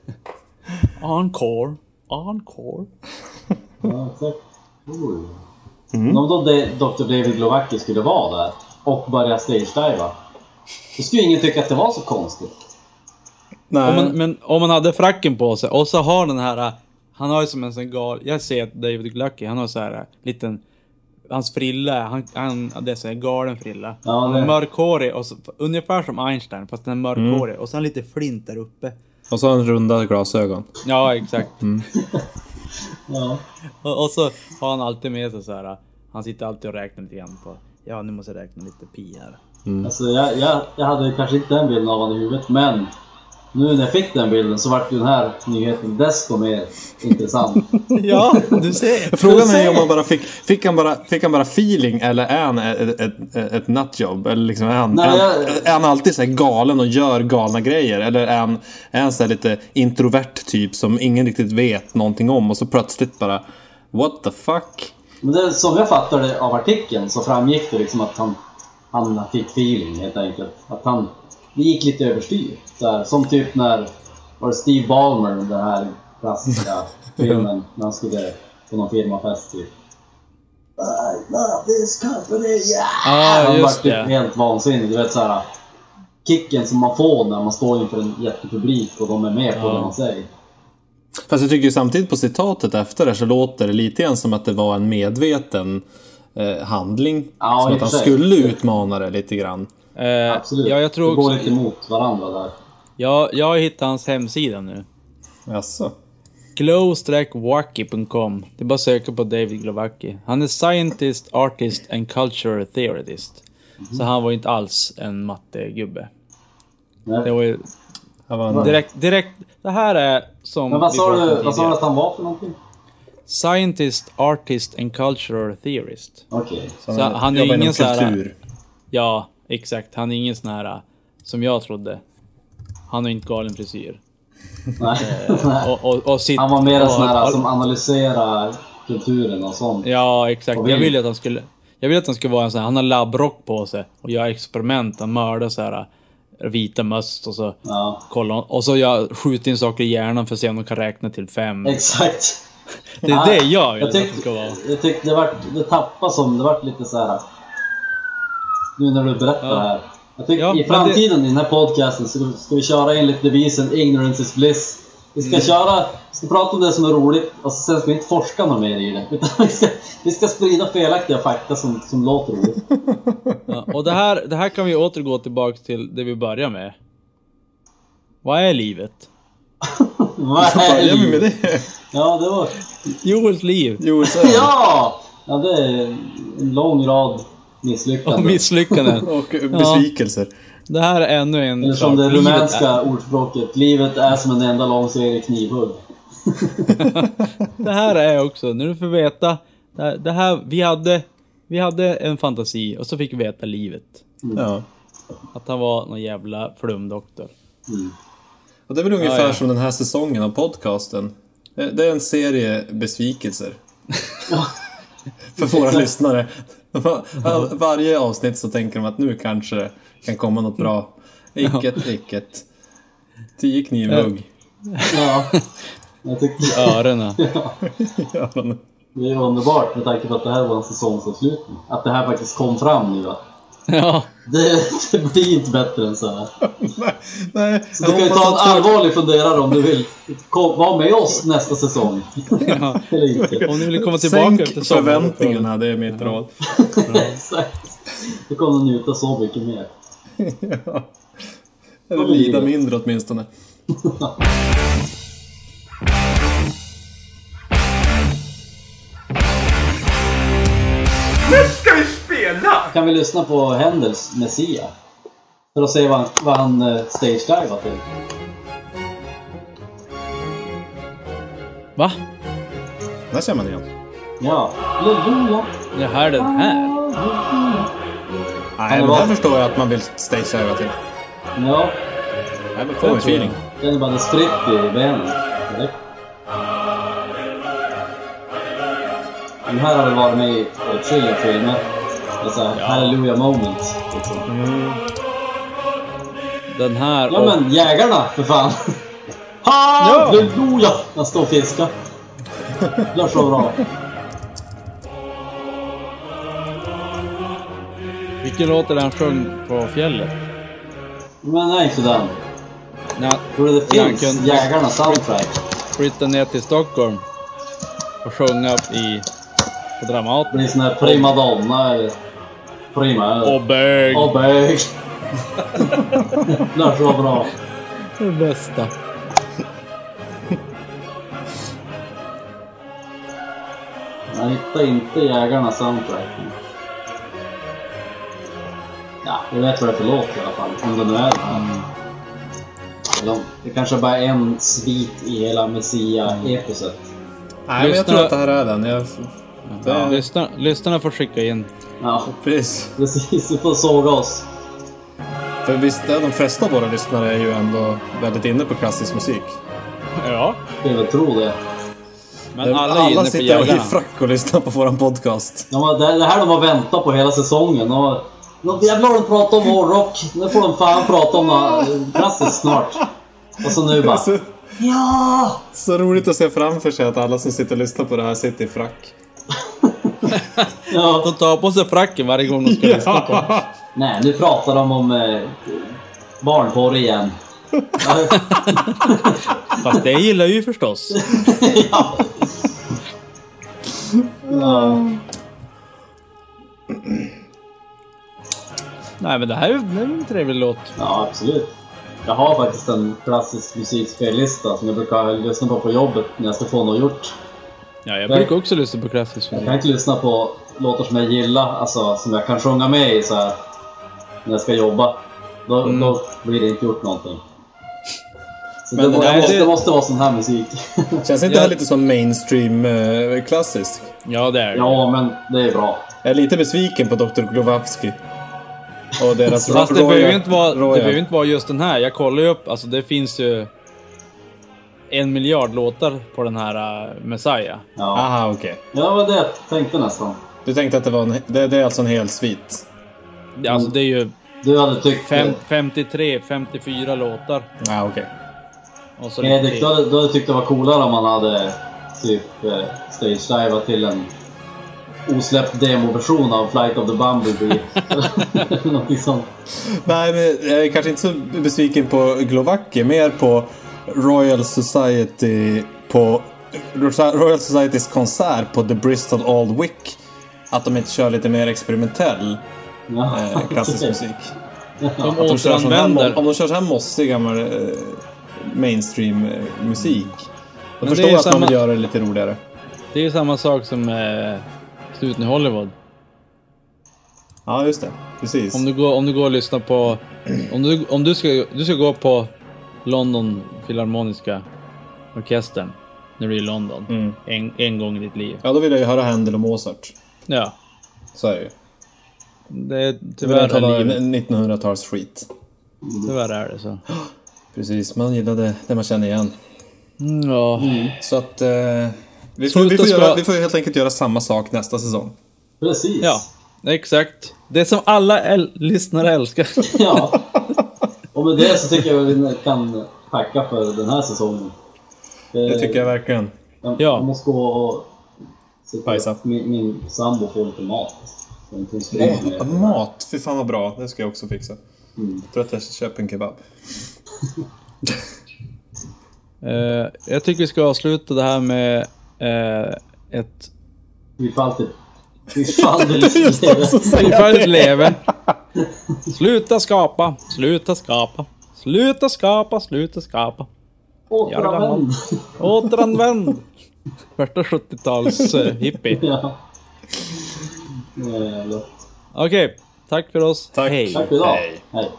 Speaker 2: Encore. Encore.
Speaker 4: Ja, exakt. Oj. Mm. Om då de, doktor David Glowacki skulle vara där och börja stage-diva, då skulle ingen tycka att det var så konstigt.
Speaker 3: Nej.
Speaker 2: Om man, men om man hade fracken på sig och så har den här, han har ju som en sån gal, jag ser att David Glowacki, han har så här liten, hans frilla, han, han det är så här galen frilla.
Speaker 4: Ja,
Speaker 2: Han
Speaker 4: det-
Speaker 2: är mörkhårig och så, ungefär som Einstein fast den är mörkhårig och så har han lite flint där uppe.
Speaker 3: Och så har han runda glasögon.
Speaker 2: Ja, exakt.
Speaker 4: Ja.
Speaker 2: Och, och så har han alltid med sig så här, han sitter alltid och räknar lite grann på, ja nu måste jag räkna lite pi här.
Speaker 4: Alltså jag, jag, jag hade kanske inte den bilden av honom i huvudet, men nu när jag fick den bilden så vart ju den här nyheten desto mer intressant.
Speaker 2: Ja, du ser.
Speaker 3: Frågan är ju om han bara fick, fick han bara, fick han bara feeling eller är han ett, ett, ett, ett nutjob? Eller liksom är han,
Speaker 4: Nej,
Speaker 3: är,
Speaker 4: jag-
Speaker 3: är han alltid så här galen och gör galna grejer? Eller är han, är han så här lite introvert typ som ingen riktigt vet någonting om och så plötsligt bara what the fuck?
Speaker 4: Men det, som jag fattade av artikeln så framgick det liksom att han, han fick feeling helt enkelt. Att han det gick lite överstyr. Så här, som typ när var det Steve Ballmer, den här klassiska filmen, när han skulle på någon firmafest typ. I love this company, yeah!
Speaker 2: Ja,
Speaker 4: Han
Speaker 2: just
Speaker 4: var typ
Speaker 2: det.
Speaker 4: helt vansinnig. Du vet så här, kicken som man får när man står inför en jättepublik och de är med på
Speaker 2: Ja.
Speaker 4: det man säger.
Speaker 3: Fast jag tycker ju samtidigt på citatet efter det så låter det lite grann som att det var en medveten eh, handling.
Speaker 4: Ja,
Speaker 3: som
Speaker 4: i
Speaker 3: att han
Speaker 4: och för sig.
Speaker 3: skulle utmana det lite grann.
Speaker 2: Eh,
Speaker 4: Absolut.
Speaker 2: Ja, jag tror
Speaker 4: det går
Speaker 2: också,
Speaker 4: lite emot varandra där.
Speaker 2: ja, jag har hittat hans hemsida nu.
Speaker 3: Jaså?
Speaker 2: glow wacky punkt com. Det är bara att söka på David Glowacki. Han är scientist, artist and culture theorist. Så han var ju inte alls en mattegubbe.
Speaker 4: Nej.
Speaker 2: Det var ju
Speaker 3: Han var en,
Speaker 2: direkt, direkt, det här är som
Speaker 4: Men vad
Speaker 2: vi
Speaker 4: sa
Speaker 2: pratade om
Speaker 4: du, vad sa du
Speaker 2: tidigare.
Speaker 4: att han var för någonting?
Speaker 2: Scientist, artist and cultural theorist.
Speaker 4: Okej. Okay.
Speaker 2: Så, så han, han är ingen så här. Ja, exakt. Han är ingen sån här som jag trodde. Han har inte galen frisyr.
Speaker 4: Nej.
Speaker 2: Eh, och, och, och sitt,
Speaker 4: han var mer en sån här
Speaker 2: och,
Speaker 4: som analyserar kulturen och sånt.
Speaker 2: Ja, exakt. Jag ville att han skulle Jag vill att han skulle vara en sån här, han har labbrock på sig och gör experiment, han mördar så här vita möss och så
Speaker 4: ja.
Speaker 2: kolla och så jag skjuter in saker i hjärnan för att se om de kan räkna till fem.
Speaker 4: Exakt.
Speaker 2: Det är ja, det jag vill
Speaker 4: jag tyck,
Speaker 2: att det ska vara.
Speaker 4: Jag tyckte det var det tappade som det var lite så här. Nu när du berättar ja. det här. Jag tycker ja, i framtiden det... i den här podcasten så ska vi köra enligt devisen ignorance is bliss. Vi ska mm. köra, vi ska prata om det som är roligt och sen ska vi inte forska något mer i det. Utan vi ska, vi ska sprida felaktiga fakta som, som låter roligt.
Speaker 2: Ja, och det här, det här kan vi återgå tillbaka till det vi börjar med. Vad är livet?
Speaker 4: Vad är livet?
Speaker 3: Med det?
Speaker 4: Ja, det var...
Speaker 2: Joels liv.
Speaker 3: Joels
Speaker 4: ja! Ja, det är en lång rad misslyckanden.
Speaker 2: Och misslyckanden.
Speaker 3: och besvikelser. Ja.
Speaker 2: Det här är ännu en
Speaker 4: Eller som det rumänska är... ordspråket. Livet är som en enda lång serie knivhugg.
Speaker 2: Det här är också, när du får veta det här, det här, vi hade Vi hade en fantasi och så fick vi veta livet.
Speaker 3: Mm. Ja.
Speaker 2: Att han var någon jävla flumdoktor.
Speaker 3: Mm. Och det är väl ungefär ja, ja. som den här säsongen av podcasten. Det är en serie besvikelser. För våra lyssnare. Var, varje avsnitt så tänker de att nu kanske det kan komma något bra. Icket, icket. Tio knivhugg.
Speaker 4: Ja. Jag tyckte...
Speaker 2: Öronen.
Speaker 4: Ja. Det är underbart med tanke på att det här var en säsongsavslutning. Att det här faktiskt kom fram nu va?
Speaker 2: Ja.
Speaker 4: Det, det blir inte bättre än så här.
Speaker 3: nej, nej.
Speaker 4: Så du kan ju ta en allvarlig funderare om du vill kom, vara med oss nästa säsong.
Speaker 2: Ja. Om ni vill komma tillbaka
Speaker 3: Sänk
Speaker 2: efter
Speaker 3: förväntningarna, det är mitt råd.
Speaker 4: Exakt. Du kommer njuta så mycket mer.
Speaker 3: Ja. Eller lida mindre åtminstone.
Speaker 1: Nu ska vi spela!
Speaker 4: Kan vi lyssna på Händels Messia? För att se vad han, vad han uh, stage-divar till.
Speaker 2: Va?
Speaker 3: Där känner man igen.
Speaker 4: Ja. Halleluja.
Speaker 2: Jag hör den här.
Speaker 3: Nej, men där förstår jag att man vill stage-diva till.
Speaker 4: Ja.
Speaker 3: Nej, men får en feeling.
Speaker 4: Den är bara spritt i benen. Eller? Den här har väl varit med i åtskilliga filmer. Alltså, ja. Halleluja moments.
Speaker 2: Mm. Den här...
Speaker 4: Ja, och... men jägarna, för fan. Halleluja! Han står och fiskar. Det är så bra.
Speaker 2: Vilken låt är det han sjöng på fjället?
Speaker 4: Men nej, inte den.
Speaker 2: Nej.
Speaker 4: Tror du det finns kunde... jägarna soundtrack?
Speaker 2: Flytta ner till Stockholm och sjunga i... på Dramat.
Speaker 4: Det är sån här primadonna eller prima
Speaker 2: och bög.
Speaker 4: Och bög. Det är så bra.
Speaker 2: Det bästa.
Speaker 4: Jag hittar inte jägarna soundtrack. Ja, jag vet vad det är för låt i alla fall. Om det nu är det här. Mm. Det kanske bara är en svit i hela Messia-eposet.
Speaker 3: Nej, men jag tror att det här är den. Jag...
Speaker 2: Det... Ja, lyssna, lyssnarna får skicka in.
Speaker 4: Ja,
Speaker 3: precis.
Speaker 4: Precis, vi får såga oss.
Speaker 3: För visst är de flesta av våra lyssnare är ju ändå väldigt inne på klassisk musik.
Speaker 2: Ja.
Speaker 4: Jag vill tro det.
Speaker 2: Men alla,
Speaker 3: alla sitter och i frack och lyssnar på våran podcast.
Speaker 4: Ja, det, det här de har väntat på hela säsongen. Och, de jävlar de pratar om hårdrock. Nu får de fan prata om något klassiskt snart. Och så nu bara...
Speaker 3: Så,
Speaker 4: ja!
Speaker 3: Så roligt att se framför sig att alla som sitter och lyssnar på det här sitter i frack.
Speaker 2: Ja. De tar på sig fracken varje gång de ska lyssna ja. på.
Speaker 4: Nej, nu pratar de om eh, barnporr igen.
Speaker 2: Fast det gillar ju förstås.
Speaker 4: Ja. Ja.
Speaker 2: Nej, men det här är en trevlig låt.
Speaker 4: Ja, absolut. Jag har faktiskt en klassisk musikspellista som jag brukar lyssna på på jobbet när jag ska få något gjort.
Speaker 2: Ja, jag brukar också lyssna på klassisk musik.
Speaker 4: Jag kan inte lyssna på låtar som jag gillar, alltså som jag kan sjunga med i så här när jag ska jobba. Då, mm. då blir det inte gjort någonting. Så
Speaker 3: Men
Speaker 4: det,
Speaker 3: det
Speaker 4: det,
Speaker 3: där-
Speaker 4: måste,
Speaker 2: det-
Speaker 4: det måste vara sån här musik.
Speaker 3: Känns inte det
Speaker 2: Ja.
Speaker 3: här lite som mainstream eh, klassisk?
Speaker 2: Ja, det är det.
Speaker 4: Ja, men det är bra.
Speaker 3: Jag är lite besviken på doktor Glowacki. Och deras
Speaker 2: Fast det
Speaker 3: Royal-
Speaker 2: behöver ju inte vara, det
Speaker 3: Royal.
Speaker 2: behöver ju inte vara just den här. Jag kollar ju upp, alltså det finns ju en miljard låtar på den här uh, Messiah.
Speaker 4: Ja,
Speaker 3: Aha, okej.
Speaker 4: ja det var det jag tänkte nästan.
Speaker 3: Du tänkte att det var en, det, det är alltså en hel svit?
Speaker 2: Det- Alltså det är ju
Speaker 4: Du hade tyckt...
Speaker 2: fem, femtiotre, femtiofyra låtar.
Speaker 3: Ja, okej.
Speaker 2: Och så
Speaker 4: Erik,
Speaker 2: lite
Speaker 4: du hade, du hade tyckt det var coolare om man hade typ eh, stage-divat till en osläppt demoversion av Flight of the Bumblebee. Någonting sånt.
Speaker 3: Nej, men jag är kanske inte så besviken på Glowacki, mer på Royal Society på Royal Societys konsert på The Bristol Old Vic. Att de inte kör lite mer experimentell
Speaker 4: Ja,
Speaker 3: eh, klassisk
Speaker 4: okej.
Speaker 3: musik.
Speaker 2: De
Speaker 3: Att de kör sån här,
Speaker 2: återanvänder.
Speaker 3: om de kör så här mossig gammal eh, mainstream eh, musik. Då
Speaker 2: Men
Speaker 3: förstår
Speaker 2: det är
Speaker 3: jag att man
Speaker 2: samma-
Speaker 3: vill göra det lite roligare.
Speaker 2: Det är ju samma sak som eh, Sluten i Hollywood.
Speaker 3: Ja, just det. Precis.
Speaker 2: Om du går, om du går och lyssnar på... Om du, om du, ska, du ska gå på London Filharmoniska Orkestern när du är i London.
Speaker 3: Mm.
Speaker 2: En, en gång i ditt liv.
Speaker 3: Ja, då vill jag ju höra Händel och Mozart.
Speaker 2: Ja.
Speaker 3: Så är det ju.
Speaker 2: Det är
Speaker 3: Tyvärr
Speaker 2: tyvärr är livet.
Speaker 3: nittonhundratals skit.
Speaker 2: Tyvärr är det så.
Speaker 3: Precis, man gillade det man känner igen.
Speaker 2: Mm, ja.
Speaker 3: Så att... Eh, vi, får, vi,
Speaker 2: Sluta
Speaker 3: får
Speaker 2: ska-
Speaker 3: göra, vi får helt enkelt göra samma sak nästa säsong.
Speaker 4: Precis.
Speaker 2: Ja, exakt. Det som alla äl- lyssnare älskar.
Speaker 4: Ja. Och med det så tycker jag vi kan tacka för den här säsongen.
Speaker 3: Det tycker jag verkligen.
Speaker 4: Jag,
Speaker 2: Ja.
Speaker 4: jag måste gå och se till
Speaker 3: Bajsa.
Speaker 4: att min, min sambo får lite mat. Så hon kan sprida
Speaker 3: Mat,
Speaker 4: med.
Speaker 3: mat, fy fan vad bra. Det ska jag också fixa.
Speaker 4: Mm.
Speaker 3: Jag tror att jag köper en kebab.
Speaker 2: Eh, jag tycker vi ska avsluta det här med eh, ett...
Speaker 4: Vi får alltid... Vi får aldrig
Speaker 2: Fyrfärdigt leven. Sluta skapa, sluta skapa. Sluta skapa, sluta skapa.
Speaker 4: Återanvänd.
Speaker 2: Återanvänd. Första sjuttio-tals eh, hippie.
Speaker 4: Ja. Jävlar.
Speaker 2: Okej, tack för oss.
Speaker 3: Tack.
Speaker 2: Hej.
Speaker 4: Tack för idag.
Speaker 3: Hej.
Speaker 4: Hej.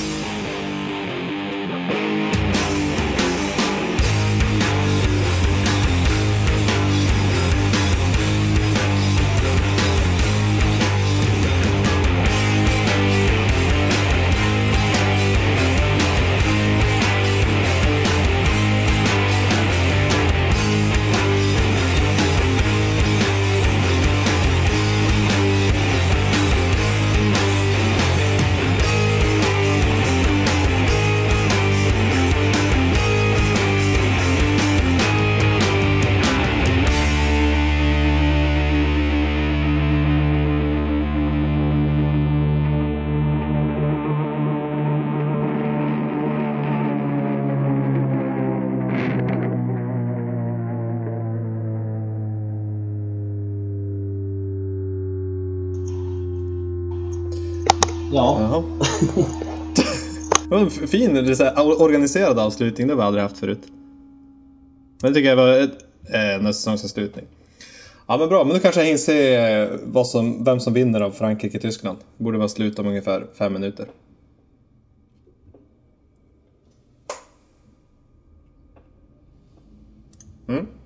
Speaker 4: Ja.
Speaker 3: Jaha. Det var en f- fin, det är så här, organiserad avslutning. Det har vi aldrig haft förut. Men det tycker jag var ett, eh, nästa säsongsavslutning. Ja, men bra. Men nu kanske jag hinner se eh, vad som, vem som vinner av Frankrike-Tyskland. Borde vara slut om ungefär fem minuter. Mm.